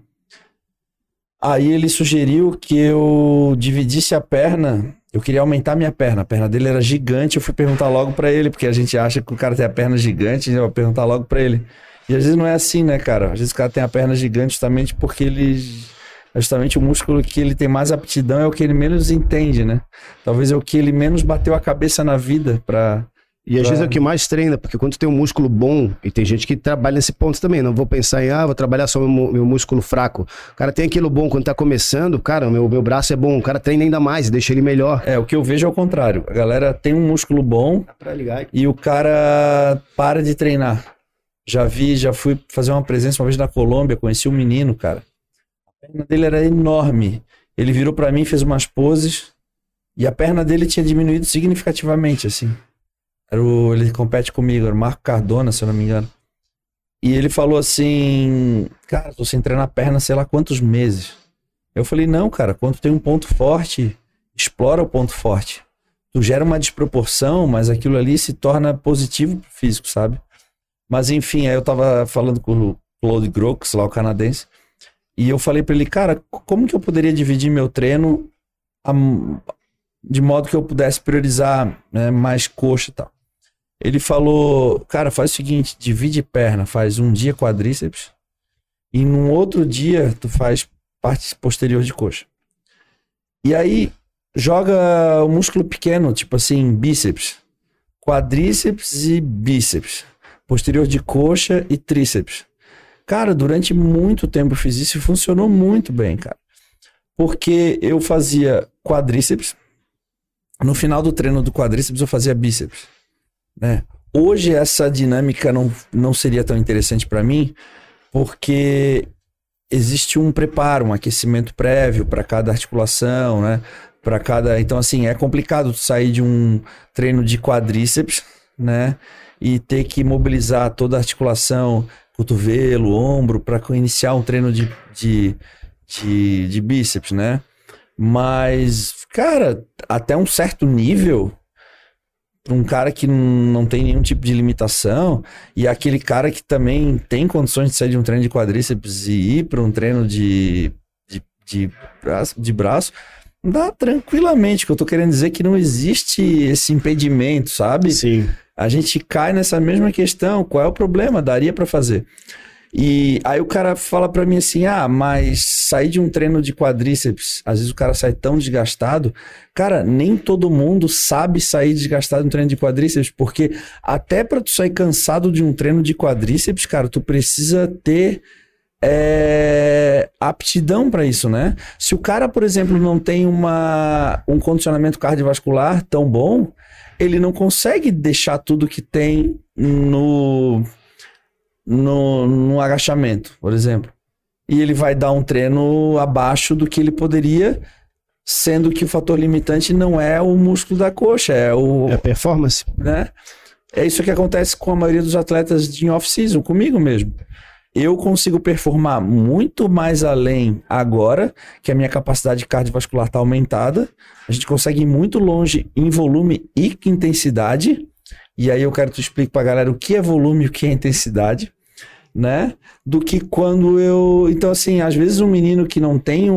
Aí ele sugeriu que eu dividisse a perna, eu queria aumentar minha perna, a perna dele era gigante, eu fui perguntar logo pra ele, porque a gente acha que o cara tem a perna gigante, eu vou perguntar logo pra ele. E às vezes não é assim, né, cara? Às vezes o cara tem a perna gigante justamente porque justamente o músculo que ele tem mais aptidão é o que ele menos entende, né? Talvez é o que ele menos bateu a cabeça na vida E às vezes é o que mais treina, porque quando tem um músculo bom, e tem gente que trabalha nesse ponto também, não vou pensar em, vou trabalhar só meu músculo fraco. O cara tem aquilo bom quando tá começando, cara, meu braço é bom, o cara treina ainda mais, deixa ele melhor. O que eu vejo é o contrário. A galera tem um músculo bom e o cara para de treinar. Já fui fazer uma presença uma vez na Colômbia, conheci um menino, cara. A perna dele era enorme. Ele virou pra mim, fez umas poses e a perna dele tinha diminuído significativamente, assim. Ele compete comigo, era o Marco Cardona, se eu não me engano. E ele falou assim, cara, tô sem treinar a perna sei lá quantos meses. Eu falei, não, cara, quando tem um ponto forte, explora o ponto forte. Tu gera uma desproporção, mas aquilo ali se torna positivo pro físico, sabe? Mas enfim, aí eu tava falando com o Claude Grox, lá o canadense, e eu falei pra ele, cara, como que eu poderia dividir meu treino de modo que eu pudesse priorizar, né, mais coxa e tal. Ele falou, cara, faz o seguinte, divide perna, faz um dia quadríceps e num outro dia tu faz parte posterior de coxa. E aí joga o músculo pequeno, tipo assim, bíceps, quadríceps e bíceps, posterior de coxa e tríceps. Cara, durante muito tempo eu fiz isso e funcionou muito bem, cara. Porque eu fazia quadríceps, no final do treino do quadríceps eu fazia bíceps, né? Hoje essa dinâmica não seria tão interessante para mim, porque existe um preparo, um aquecimento prévio para cada articulação, né? Então assim, é complicado sair de um treino de quadríceps, né? E ter que mobilizar toda a articulação, cotovelo, ombro, para iniciar um treino de bíceps, né? Mas, cara, até um certo nível, para um cara que não tem nenhum tipo de limitação, e aquele cara que também tem condições de sair de um treino de quadríceps e ir para um treino de braço, dá tranquilamente. O que eu tô querendo dizer é que não existe esse impedimento, sabe? Sim. A gente cai nessa mesma questão. Qual é o problema? Daria para fazer. E aí o cara fala pra mim assim, mas sair de um treino de quadríceps, às vezes o cara sai tão desgastado. Cara, nem todo mundo sabe sair desgastado de um treino de quadríceps, porque até pra tu sair cansado de um treino de quadríceps, cara, tu precisa ter aptidão pra isso, né? Se o cara, por exemplo, não tem um condicionamento cardiovascular tão bom, ele não consegue deixar tudo que tem no agachamento, por exemplo. E ele vai dar um treino abaixo do que ele poderia, sendo que o fator limitante não é o músculo da coxa, é a performance. Né? É isso que acontece com a maioria dos atletas de off-season, comigo mesmo. Eu consigo performar muito mais além agora, que a minha capacidade cardiovascular está aumentada. A gente consegue ir muito longe em volume e intensidade. E aí eu quero que tu explique para a galera o que é volume e o que é intensidade, né? Do que quando eu... Então, assim, às vezes um menino que não tem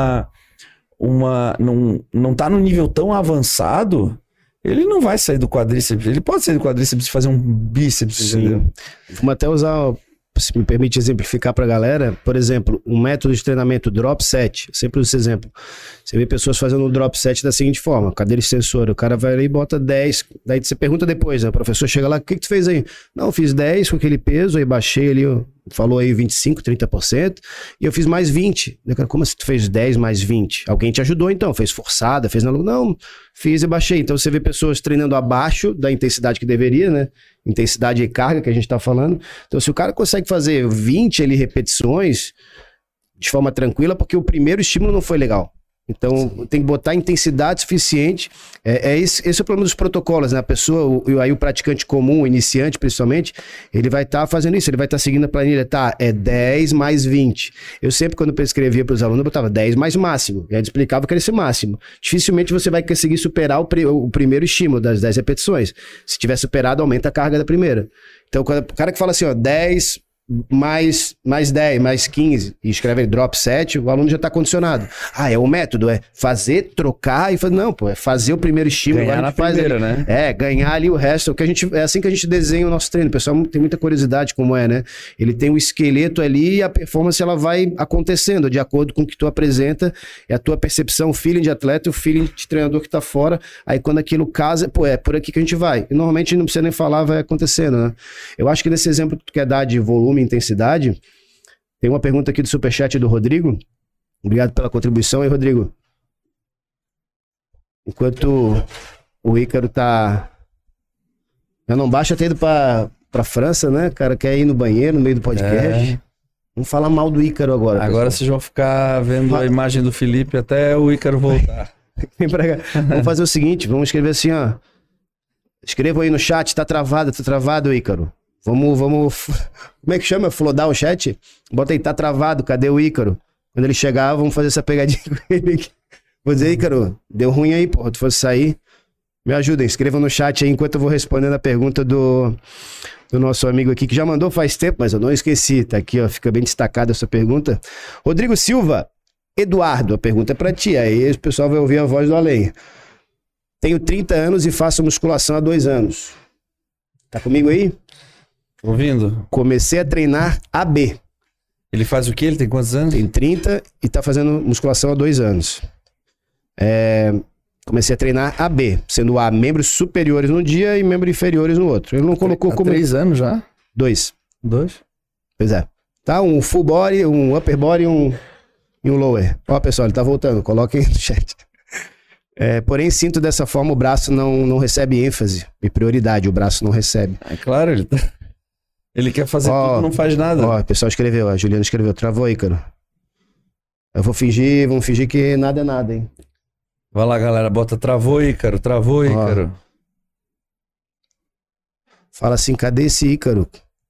não tá no nível tão avançado, ele não vai sair do quadríceps. Ele pode sair do quadríceps e fazer um bíceps, Sim. entendeu? Vamos até usar... Se me permite exemplificar para a galera, por exemplo, um método de treinamento drop set, eu sempre uso esse exemplo. Você vê pessoas fazendo um drop set da seguinte forma, cadeira extensora, o cara vai ali e bota 10, daí você pergunta depois, né? O professor chega lá, o que tu fez aí? Não, eu fiz 10 com aquele peso, aí baixei ali, falou aí 25%, 30%, e eu fiz mais 20. Eu cara, como assim tu fez 10 mais 20? Alguém te ajudou então, fez forçada, fez não, fiz e baixei. Então você vê pessoas treinando abaixo da intensidade que deveria, né? Intensidade e carga que a gente tá falando. Então se o cara consegue fazer 20 ali repetições de forma tranquila, porque o primeiro estímulo não foi legal. Então, tem que botar intensidade suficiente. Esse é o problema dos protocolos, né? A pessoa, aí o praticante comum, o iniciante principalmente, ele vai estar fazendo isso, ele vai estar seguindo a planilha, é 10 mais 20. Eu sempre, quando prescrevia para os alunos, eu botava 10 mais máximo. E aí explicava que era esse máximo. Dificilmente você vai conseguir superar o primeiro estímulo das 10 repetições. Se tiver superado, aumenta a carga da primeira. Então, o cara que fala assim, 10... mais 10, mais 15, e escreve drop set, o aluno já está condicionado. É o método, é fazer, trocar e fazer. Não, pô, é fazer o primeiro estímulo. Ganhar na primeira, né? Ganhar ali o resto. É assim que a gente desenha o nosso treino. O pessoal tem muita curiosidade como é, né? Ele tem o esqueleto ali e a performance ela vai acontecendo de acordo com o que tu apresenta, é a tua percepção, o feeling de atleta e o feeling de treinador que tá fora. Aí quando aquilo casa, é por aqui que a gente vai. E normalmente não precisa nem falar, vai acontecendo, né? Eu acho que nesse exemplo que tu quer dar de volume e intensidade, tem uma pergunta aqui do superchat do Rodrigo. Obrigado pela contribuição aí, Rodrigo. Enquanto o Ícaro tá... Já não baixa ter ido pra França, né? O cara quer ir no banheiro no meio do podcast. Vamos falar mal do Ícaro agora. Agora vocês vão ficar vendo a imagem do Felipe até o Ícaro voltar. Vem pra cá. Vamos fazer o seguinte, vamos escrever assim, ó. Escreva aí no chat, tá travado, Ícaro. Vamos... Como é que chama? Flodar o chat? Bota aí, tá travado, cadê o Ícaro? Quando ele chegar, vamos fazer essa pegadinha com ele aqui. Vou dizer, Ícaro, deu ruim aí, porra, tu fosse sair. Me ajudem, escrevam no chat aí enquanto eu vou respondendo a pergunta do nosso amigo aqui, que já mandou faz tempo, mas eu não esqueci, tá aqui, ó, fica bem destacada essa pergunta. Rodrigo Silva, Eduardo, a pergunta é pra ti, aí o pessoal vai ouvir a voz do além. Tenho 30 anos e faço musculação há 2 anos. Tá comigo aí? Ouvindo? Comecei a treinar AB. Ele faz o quê? Ele tem quantos anos? Tem 30 e tá fazendo musculação há 2 anos. Comecei a treinar AB, sendo A membros superiores num dia e membros inferiores no outro. Ele não colocou como... 3 anos já? 2. 2? Pois é. Tá, um full body, um upper body e um lower. Ó, pessoal, ele tá voltando. Coloquem aí no chat. Porém, sinto dessa forma, o braço não recebe ênfase e prioridade. O braço não recebe. É claro, ele quer fazer tudo, não faz nada. Ó, o pessoal escreveu, a Juliana escreveu. Travou aí, cara. Vamos fingir que nada é nada, hein? Vai lá, galera, bota travou, Ícaro. Fala assim, cadê esse Ícaro?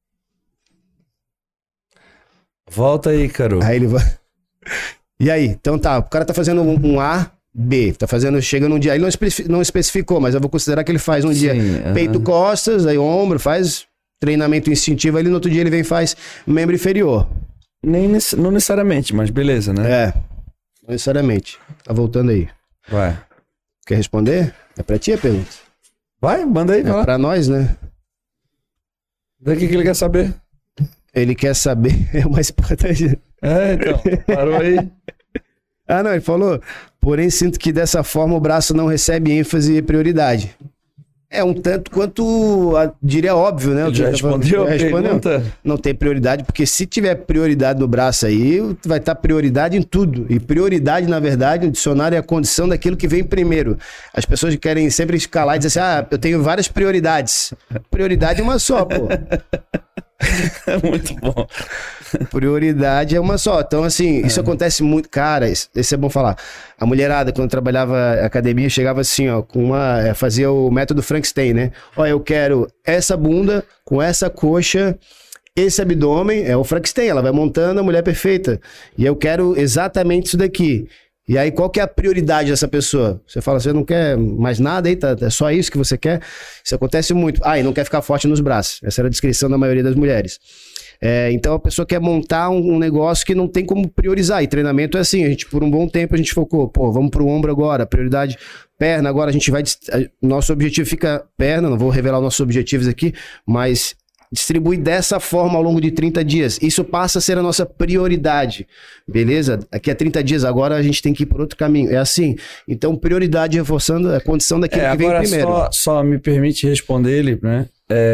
Volta, Ícaro. Aí ele vai... E aí? Então tá, o cara tá fazendo um A, B, tá fazendo, chega num dia, ele não especificou, mas eu vou considerar que ele faz um dia peito, costas, aí ombro, faz treinamento instintivo, aí no outro dia ele vem e faz membro inferior. Não necessariamente, mas beleza, né? Não necessariamente. Tá voltando aí. Vai. Quer responder? É pra ti a pergunta? Vai, manda aí, vai lá. Pra nós, né? Daqui que ele quer saber. Ele quer saber, é o mais importante. Então, parou aí. Não, ele falou, porém sinto que dessa forma o braço não recebe ênfase e prioridade. É um tanto quanto, diria óbvio, né? Já respondeu a pergunta? Não tem prioridade, porque se tiver prioridade no braço aí, vai estar prioridade em tudo. E prioridade, na verdade, no dicionário é a condição daquilo que vem primeiro. As pessoas querem sempre escalar e dizer assim, eu tenho várias prioridades. Prioridade é uma só, pô. É muito bom. Prioridade é uma só. Então, assim, isso acontece muito. Cara, isso é bom falar. A mulherada, quando trabalhava na academia, chegava assim, ó, fazia o método Frankenstein, né? Ó, eu quero essa bunda com essa coxa, esse abdômen, é o Frankenstein. Ela vai montando a mulher perfeita. E eu quero exatamente isso daqui. E aí, qual que é a prioridade dessa pessoa? Você fala, você não quer mais nada aí, tá? É só isso que você quer? Isso acontece muito. E não quer ficar forte nos braços. Essa era a descrição da maioria das mulheres. Então, a pessoa quer montar um negócio que não tem como priorizar. E treinamento é assim, por um bom tempo, a gente focou, vamos pro ombro agora, prioridade perna, agora a gente vai... Nosso objetivo fica perna, não vou revelar os nossos objetivos aqui, mas... distribui dessa forma ao longo de 30 dias. Isso passa a ser a nossa prioridade, beleza? Aqui a 30 dias, agora a gente tem que ir por outro caminho. É assim. Então, prioridade reforçando a condição daquilo que vem primeiro. Só me permite responder ele, né?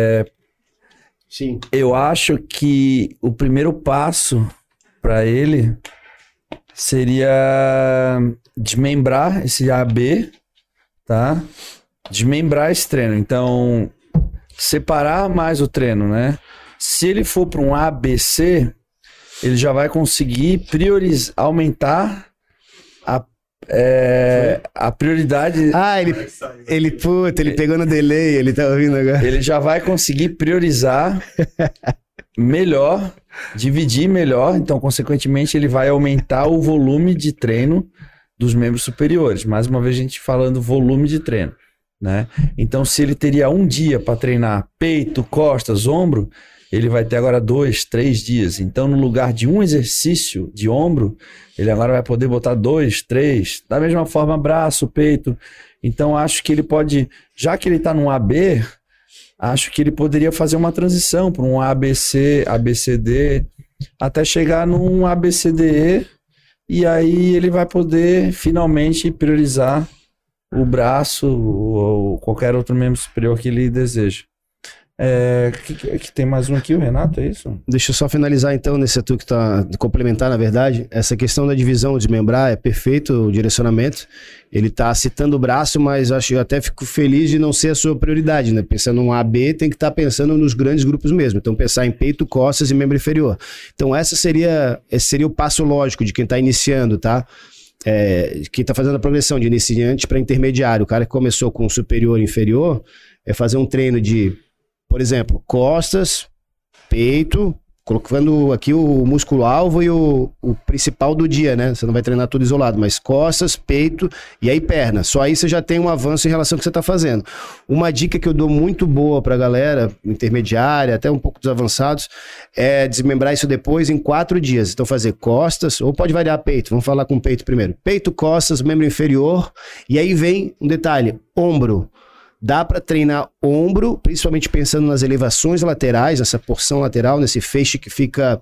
Sim. Eu acho que o primeiro passo para ele seria desmembrar esse AB, tá? Desmembrar esse treino. Então... separar mais o treino, né? Se ele for para um ABC, ele já vai conseguir aumentar a prioridade. Ele pegou no delay, ele tá ouvindo agora. Ele já vai conseguir priorizar melhor, dividir melhor, então, consequentemente, ele vai aumentar o volume de treino dos membros superiores. Mais uma vez, a gente falando volume de treino. Né? Então, se ele teria um dia para treinar peito, costas, ombro, ele vai ter agora 2, 3 dias. Então, no lugar de um exercício de ombro, ele agora vai poder botar 2, 3. Da mesma forma, braço, peito. Então, acho que ele pode, já que ele está num AB, acho que ele poderia fazer uma transição para um ABC, ABCD, até chegar num ABCDE, e aí ele vai poder finalmente priorizar o braço ou qualquer outro membro superior que ele deseja. Que tem mais um aqui, o Renato, é isso? Deixa eu só finalizar então nesse atu que está complementar, na verdade. Essa questão da divisão, desmembrar, é perfeito o direcionamento. Ele está citando o braço, mas eu até fico feliz de não ser a sua prioridade, né? Pensando no AB, tem que estar pensando nos grandes grupos mesmo. Então, pensar em peito, costas e membro inferior. Então, esse seria o passo lógico de quem está iniciando, tá? Quem está fazendo a progressão de iniciante para intermediário. O cara que começou com superior e inferior é fazer um treino de, por exemplo, costas, peito, colocando aqui o músculo-alvo e o principal do dia, né? Você não vai treinar tudo isolado, mas costas, peito e aí perna. Só aí você já tem um avanço em relação ao que você está fazendo. Uma dica que eu dou muito boa para a galera intermediária, até um pouco dos avançados, é desmembrar isso depois em 4 dias. Então fazer costas, ou pode variar peito, vamos falar com peito primeiro. Peito, costas, membro inferior, e aí vem um detalhe, ombro. Dá para treinar ombro, principalmente pensando nas elevações laterais, nessa porção lateral, nesse feixe que fica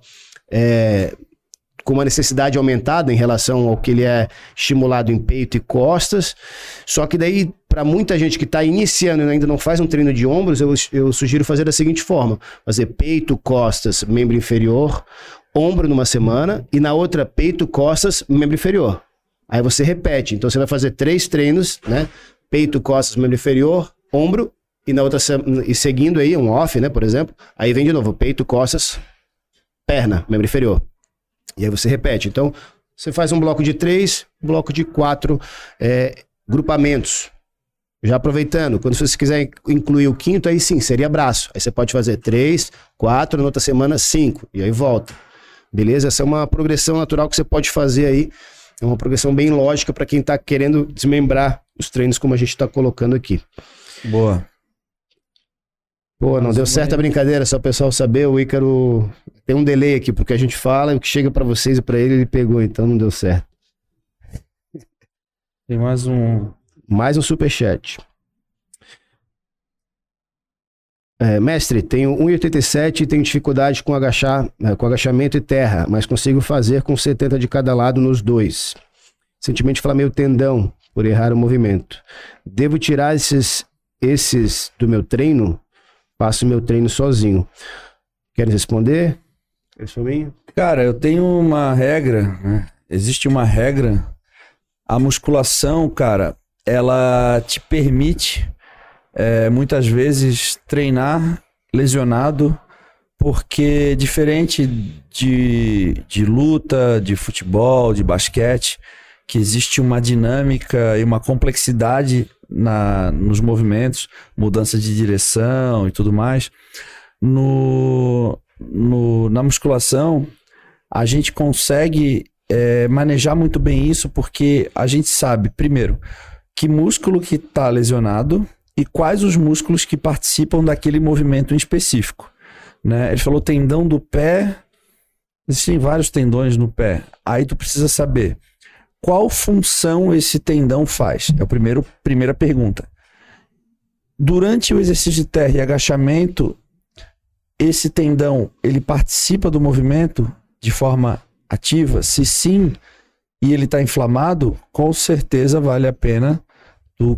com uma necessidade aumentada em relação ao que ele é estimulado em peito e costas. Só que daí, para muita gente que está iniciando e ainda não faz um treino de ombros, eu sugiro fazer da seguinte forma: fazer peito, costas, membro inferior, ombro numa semana, e na outra peito, costas, membro inferior. Aí você repete. Então você vai fazer 3 treinos, né? Peito, costas, membro inferior, ombro, e na outra e seguindo aí, um off, né, por exemplo, aí vem de novo, peito, costas, perna, membro inferior. E aí você repete. Então, você faz um bloco de 3, bloco de 4 grupamentos. Já aproveitando, quando você quiser incluir o quinto, aí sim, seria braço. Aí você pode fazer 3, 4, na outra semana 5, e aí volta. Beleza? Essa é uma progressão natural que você pode fazer aí. É uma progressão bem lógica para quem está querendo desmembrar os treinos como a gente está colocando aqui. Boa. Pô, não deu certo a brincadeira, só o pessoal saber, o Ícaro tem um delay aqui, porque a gente fala e o que chega para vocês e para ele pegou, então não deu certo. Tem mais um... Mais um superchat. Mestre, tenho 1,87 e tenho dificuldade com agachamento e terra, mas consigo fazer com 70 de cada lado nos dois. Recentemente inflamei o tendão por errar o movimento. Devo tirar esses do meu treino? Faço meu treino sozinho. Querem responder? Cara, eu tenho uma regra, né? Existe uma regra. A musculação, cara, ela te permite muitas vezes treinar lesionado, porque diferente de luta, de futebol, de basquete, que existe uma dinâmica e uma complexidade nos movimentos, mudança de direção e tudo mais, na musculação a gente consegue manejar muito bem isso, porque a gente sabe, primeiro, que músculo que está lesionado e quais os músculos que participam daquele movimento em específico, né? Ele falou tendão do pé, existem vários tendões no pé, aí tu precisa saber qual função esse tendão faz, é a primeira pergunta. Durante o exercício de terra e agachamento, esse tendão, ele participa do movimento de forma ativa? Se sim, e ele está inflamado, com certeza vale a pena tu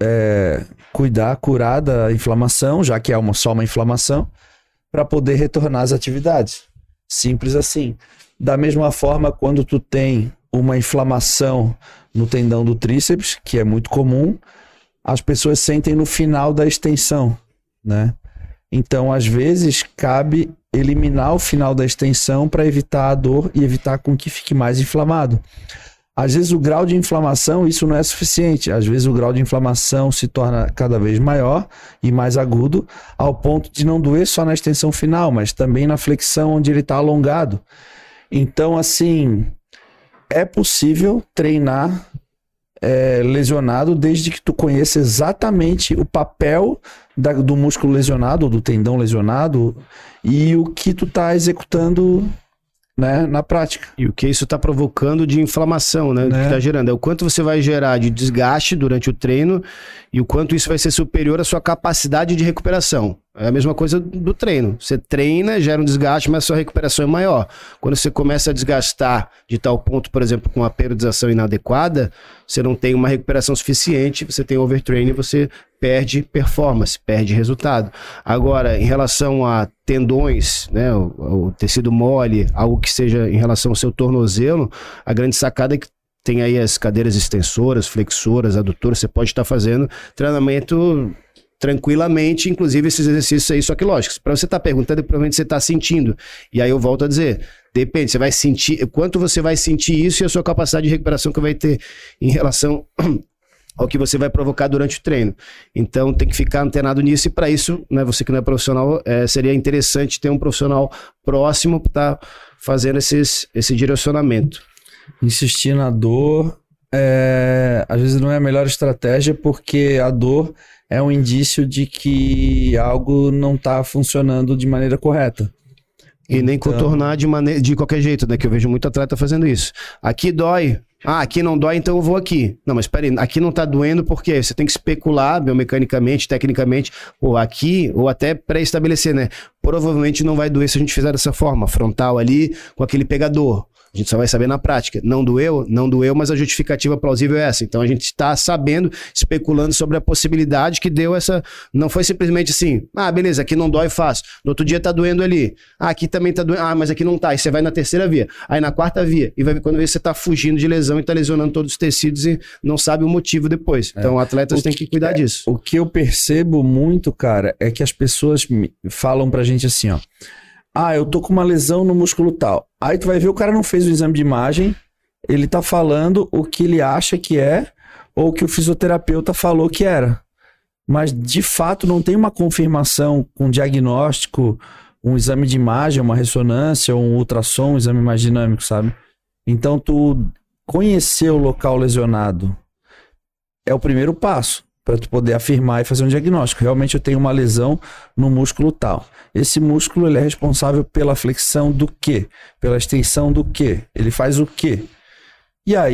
curar da inflamação, já que é só uma inflamação, para poder retornar às atividades. Simples assim. Da mesma forma, quando tu tem uma inflamação no tendão do tríceps, que é muito comum, as pessoas sentem no final da extensão, né? Então, às vezes, cabe eliminar o final da extensão para evitar a dor e evitar com que fique mais inflamado. Às vezes o grau de inflamação, isso não é suficiente. Às vezes o grau de inflamação se torna cada vez maior e mais agudo, ao ponto de não doer só na extensão final, mas também na flexão onde ele está alongado. Então, assim, é possível treinar lesionado desde que tu conheça exatamente o papel do músculo lesionado, ou do tendão lesionado, e o que tu tá executando, né, na prática. E o que isso está provocando de inflamação, né? O que está gerando. É o quanto você vai gerar de desgaste durante o treino e o quanto isso vai ser superior à sua capacidade de recuperação. É a mesma coisa do treino. Você treina, gera um desgaste, mas a sua recuperação é maior. Quando você começa a desgastar de tal ponto, por exemplo, com a periodização inadequada, você não tem uma recuperação suficiente, você tem overtraining, você perde performance, perde resultado. Agora, em relação a tendões, né, o tecido mole, algo que seja em relação ao seu tornozelo, a grande sacada é que tem aí as cadeiras extensoras, flexoras, adutoras, você pode estar fazendo treinamento tranquilamente, inclusive esses exercícios aí, só que lógico, para você estar perguntando, provavelmente você está sentindo. E aí eu volto a dizer, depende, você vai sentir, quanto você vai sentir isso e a sua capacidade de recuperação que vai ter em relação ao que você vai provocar durante o treino. Então tem que ficar antenado nisso, e para isso, né, você que não é profissional, seria interessante ter um profissional próximo para estar fazendo esse direcionamento. Insistir na dor, às vezes não é a melhor estratégia, porque a dor é um indício de que algo não está funcionando de maneira correta. E nem contornar de qualquer jeito, né? Que eu vejo muito atleta fazendo isso. Aqui dói. Ah, aqui não dói, então eu vou aqui. Não, mas peraí, aqui não tá doendo porque você tem que especular biomecanicamente, tecnicamente, ou aqui, ou até pré-estabelecer, né? Provavelmente não vai doer se a gente fizer dessa forma, frontal ali, com aquele pegador. A gente só vai saber na prática. Não doeu? Não doeu, mas a justificativa plausível é essa. Então a gente está sabendo, especulando sobre a possibilidade que deu essa... Não foi simplesmente assim, beleza, aqui não dói, faço. No outro dia tá doendo ali. Aqui também tá doendo. Mas aqui não tá. Aí você vai na terceira via. Aí na quarta via. E vai ver quando você tá fugindo de lesão e tá lesionando todos os tecidos e não sabe o motivo depois. Então atletas têm que cuidar disso. O que eu percebo muito, cara, é que as pessoas falam pra gente assim, ó. Eu tô com uma lesão no músculo tal. Aí tu vai ver, o cara não fez o exame de imagem, ele tá falando o que ele acha que é, ou o que o fisioterapeuta falou que era. Mas, de fato, não tem uma confirmação com diagnóstico, um exame de imagem, uma ressonância, um ultrassom, um exame mais dinâmico, sabe? Então, tu conhecer o local lesionado é o primeiro passo para tu poder afirmar e fazer um diagnóstico. Realmente eu tenho uma lesão no músculo tal. Esse músculo, ele é responsável pela flexão do quê? Pela extensão do quê? Ele faz o quê? E aí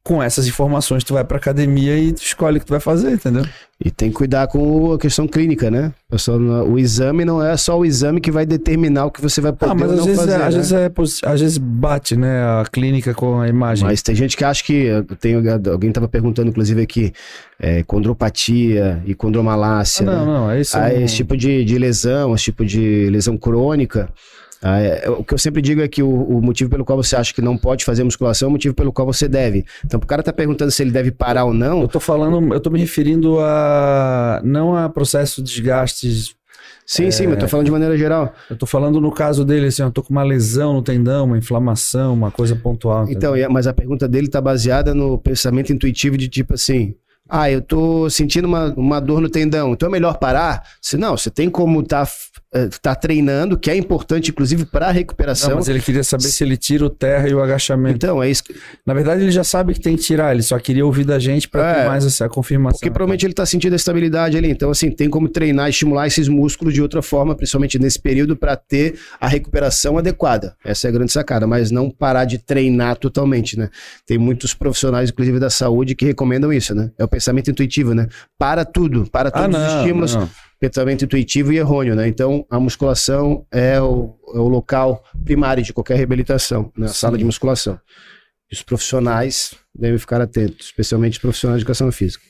com essas informações tu vai pra academia e tu escolhe o que tu vai fazer, entendeu? E tem que cuidar com a questão clínica, né? O exame não é só o exame que vai determinar o que você vai poder ou não fazer, né? Às vezes bate, né, a clínica com a imagem. Mas tem gente que acha que... alguém estava perguntando, inclusive, aqui, condropatia e condromalácia. Não, é isso. Esse tipo de lesão, esse tipo de lesão crônica... o que eu sempre digo é que o motivo pelo qual você acha que não pode fazer musculação é o motivo pelo qual você deve. Então, o cara tá perguntando se ele deve parar ou não. Eu tô me referindo não a processo de desgastes. Sim, mas eu tô falando de maneira geral. Eu tô falando no caso dele, assim, eu tô com uma lesão no tendão, uma inflamação, uma coisa pontual. Então, mas a pergunta dele tá baseada no pensamento intuitivo de tipo assim... eu tô sentindo uma dor no tendão, então é melhor parar? Não, você tem como tá treinando, que é importante, inclusive, para a recuperação. Não, mas ele queria saber se ele tira o terra e o agachamento. Então, é isso. Na verdade, ele já sabe que tem que tirar, ele só queria ouvir da gente para ter mais essa confirmação. Porque provavelmente ele tá sentindo a estabilidade ali. Então, assim, tem como treinar, estimular esses músculos de outra forma, principalmente nesse período, para ter a recuperação adequada. Essa é a grande sacada, mas não parar de treinar totalmente, né? Tem muitos profissionais, inclusive da saúde, que recomendam isso, né? É o pensamento intuitivo, né? Para todos os estímulos. Não. Pensamento intuitivo e errôneo, né? Então, a musculação é o local primário de qualquer reabilitação, né? A sala de musculação. E os profissionais devem ficar atentos, especialmente os profissionais de educação física.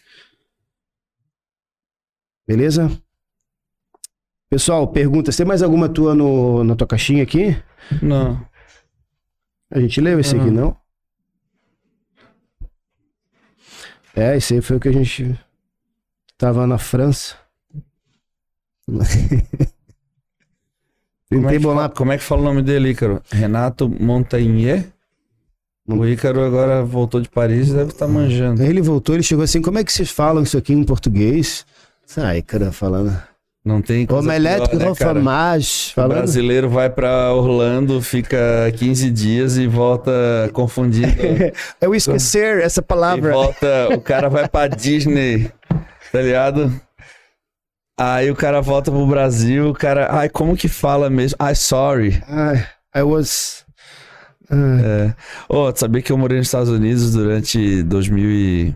Beleza? Pessoal, perguntas. Tem mais alguma tua na tua caixinha aqui? Não. A gente leu esse aqui, não? Esse aí foi o que a gente tava na França. Como é que fala o nome dele, Ícaro? Renato Montagnier? O Ícaro agora voltou de Paris e deve estar manjando. Ele voltou, ele chegou assim, como é que vocês falam isso aqui em português? Ícaro falando... Não tem coisa Omelete com fromage. O brasileiro vai pra Orlando, fica 15 dias e volta confundido. Eu esquecer essa palavra. O cara vai pra Disney, tá ligado? Aí o cara volta pro Brasil, o cara... como que fala mesmo? Sorry. I was... Tu sabia que eu morei nos Estados Unidos durante 2003,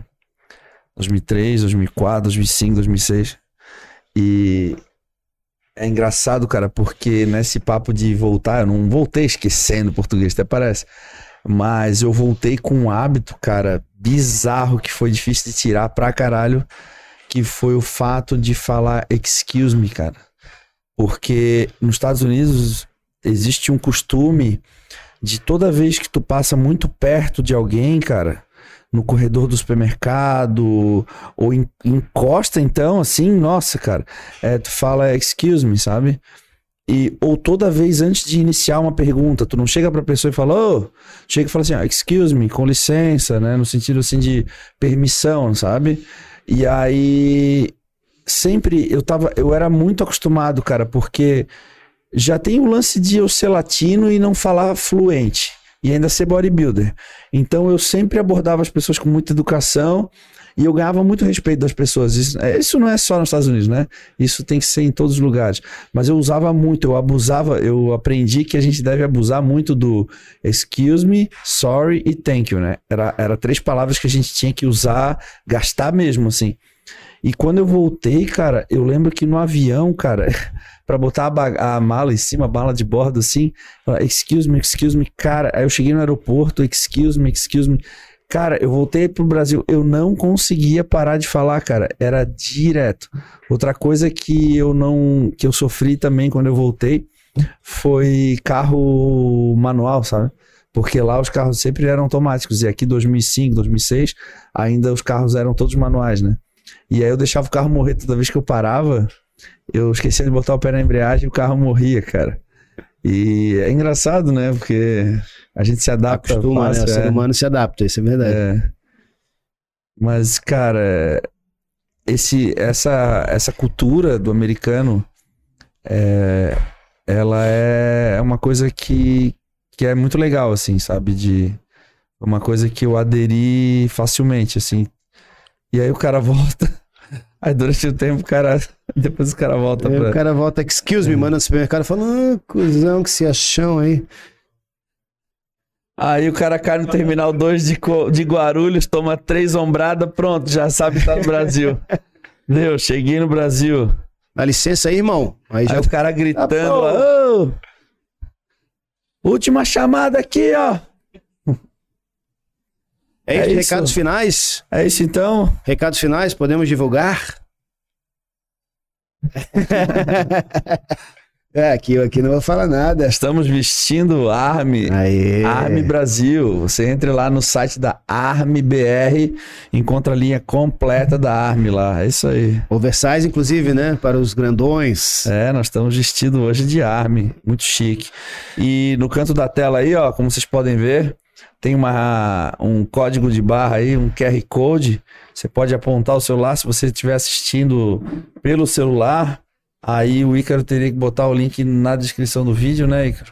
2004, 2005, 2006? E é engraçado, cara, porque nesse papo de voltar, eu não voltei esquecendo português, até parece. Mas eu voltei com um hábito, cara, bizarro, que foi difícil de tirar pra caralho, que foi o fato de falar excuse me, cara. Porque nos Estados Unidos existe um costume de toda vez que tu passa muito perto de alguém, cara, no corredor do supermercado, ou encosta então, assim, nossa, cara, tu fala excuse me, sabe? Ou toda vez antes de iniciar uma pergunta, tu não chega pra pessoa e fala, chega e fala assim, excuse me, com licença, né, no sentido assim de permissão, sabe? E aí, sempre eu era muito acostumado, cara, porque já tem o lance de eu ser latino e não falar fluente. E ainda ser bodybuilder. Então eu sempre abordava as pessoas com muita educação e eu ganhava muito respeito das pessoas. Isso não é só nos Estados Unidos, né? Isso tem que ser em todos os lugares. Mas eu usava muito, eu aprendi que a gente deve abusar muito do excuse me, sorry e thank you, né? Era 3 palavras que a gente tinha que usar, gastar mesmo, assim. E quando eu voltei, cara, eu lembro que no avião, cara... pra botar a mala em cima, a mala de bordo, assim, excuse me, cara, aí eu cheguei no aeroporto, excuse me, cara, eu voltei pro Brasil, eu não conseguia parar de falar, cara, era direto. Outra coisa que eu sofri também quando eu voltei, foi carro manual, sabe? Porque lá os carros sempre eram automáticos, e aqui 2005, 2006, ainda os carros eram todos manuais, né? E aí eu deixava o carro morrer toda vez que eu parava, eu esquecia de botar o pé na embreagem e o carro morria, cara. E é engraçado, né? Porque a gente se adapta. Acostuma, né? O ser humano se adapta, isso é verdade. Mas, cara, essa cultura do americano, ela é uma coisa que é muito legal, assim, sabe? Uma coisa que eu aderi facilmente, assim. E aí o cara volta... Aí durante o tempo, depois o cara volta O cara volta, excuse me, manda no supermercado e fala, cuzão, que se acham aí. Aí o cara cai no Terminal 2 de Guarulhos, toma 3 ombradas, pronto, já sabe que tá no Brasil. Deus, cheguei no Brasil. Dá licença aí, irmão. Aí o cara gritando, última chamada aqui, ó. É isso, recados finais? É isso então? Recados finais, podemos divulgar? Aqui não vou falar nada. Estamos vestindo Army. Aê. Army Brasil. Você entra lá no site da Army BR, encontra a linha completa da Army lá. É isso aí. Oversize, inclusive, né? Para os grandões. Nós estamos vestidos hoje de Army. Muito chique. E no canto da tela aí, ó, como vocês podem ver, tem um código de barra aí, um QR Code. Você pode apontar o celular se você estiver assistindo pelo celular. Aí o Ícaro teria que botar o link na descrição do vídeo, né, Ícaro?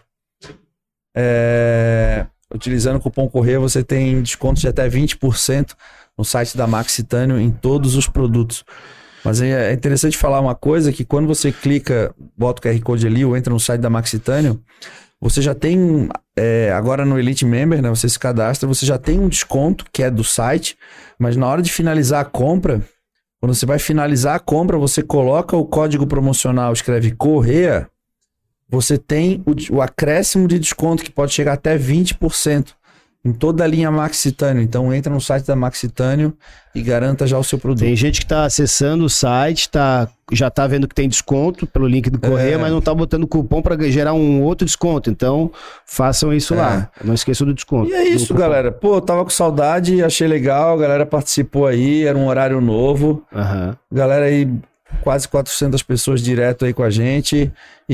Utilizando o cupom Correia, você tem desconto de até 20% no site da Max Titânio em todos os produtos. Mas é interessante falar uma coisa, que quando você clica, bota o QR Code ali ou entra no site da Max Titânio, você já tem, agora no Elite Member, né, você se cadastra, você já tem um desconto que é do site, mas na hora de finalizar a compra, quando você vai finalizar a compra, você coloca o código promocional, escreve Correia, você tem o acréscimo de desconto que pode chegar até 20% em toda a linha Max Titânio. Então entra no site da Max Titânio e garanta já o seu produto. Tem gente que está acessando o site, já está vendo que tem desconto pelo link do Correia, mas não está botando cupom para gerar um outro desconto. Então façam isso lá. Não esqueçam do desconto. E é isso, galera. Pô, tava com saudade, achei legal, a galera participou aí, era um horário novo. Galera aí, quase 400 pessoas direto aí com a gente.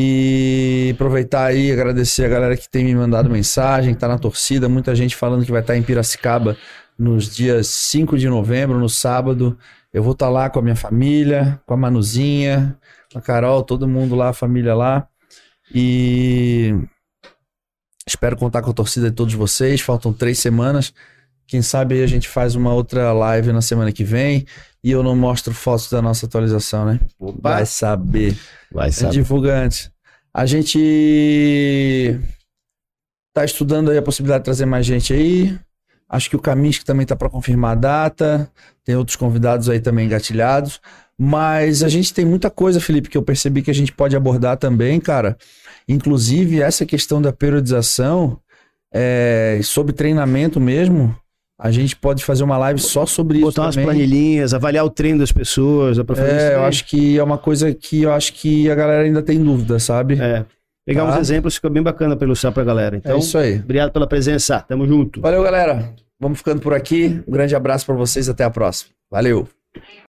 E aproveitar aí, agradecer a galera que tem me mandado mensagem, que tá na torcida, muita gente falando que vai estar em Piracicaba nos dias 5 de novembro, no sábado. Eu vou estar lá com a minha família, com a Manuzinha, com a Carol, todo mundo lá, a família lá. E espero contar com a torcida de todos vocês. Faltam 3 semanas. Quem sabe aí a gente faz uma outra live na semana que vem e eu não mostro fotos da nossa atualização, né? Opa. Vai saber. Vai saber. Divulga antes. A gente tá estudando aí a possibilidade de trazer mais gente aí. Acho que o Kaminsky também tá para confirmar a data. Tem outros convidados aí também engatilhados. Mas a gente tem muita coisa, Felipe, que eu percebi que a gente pode abordar também, cara. Inclusive essa questão da periodização, sobre treinamento mesmo. A gente pode fazer uma live só sobre isso. Botar umas planilhinhas, avaliar o treino das pessoas. Eu acho que é uma coisa que eu acho que a galera ainda tem dúvida, sabe? Pegar uns exemplos fica bem bacana para ilustrar pra galera. Então, é isso aí. Obrigado pela presença. Tamo junto. Valeu, galera. Vamos ficando por aqui. Um grande abraço para vocês. Até a próxima. Valeu.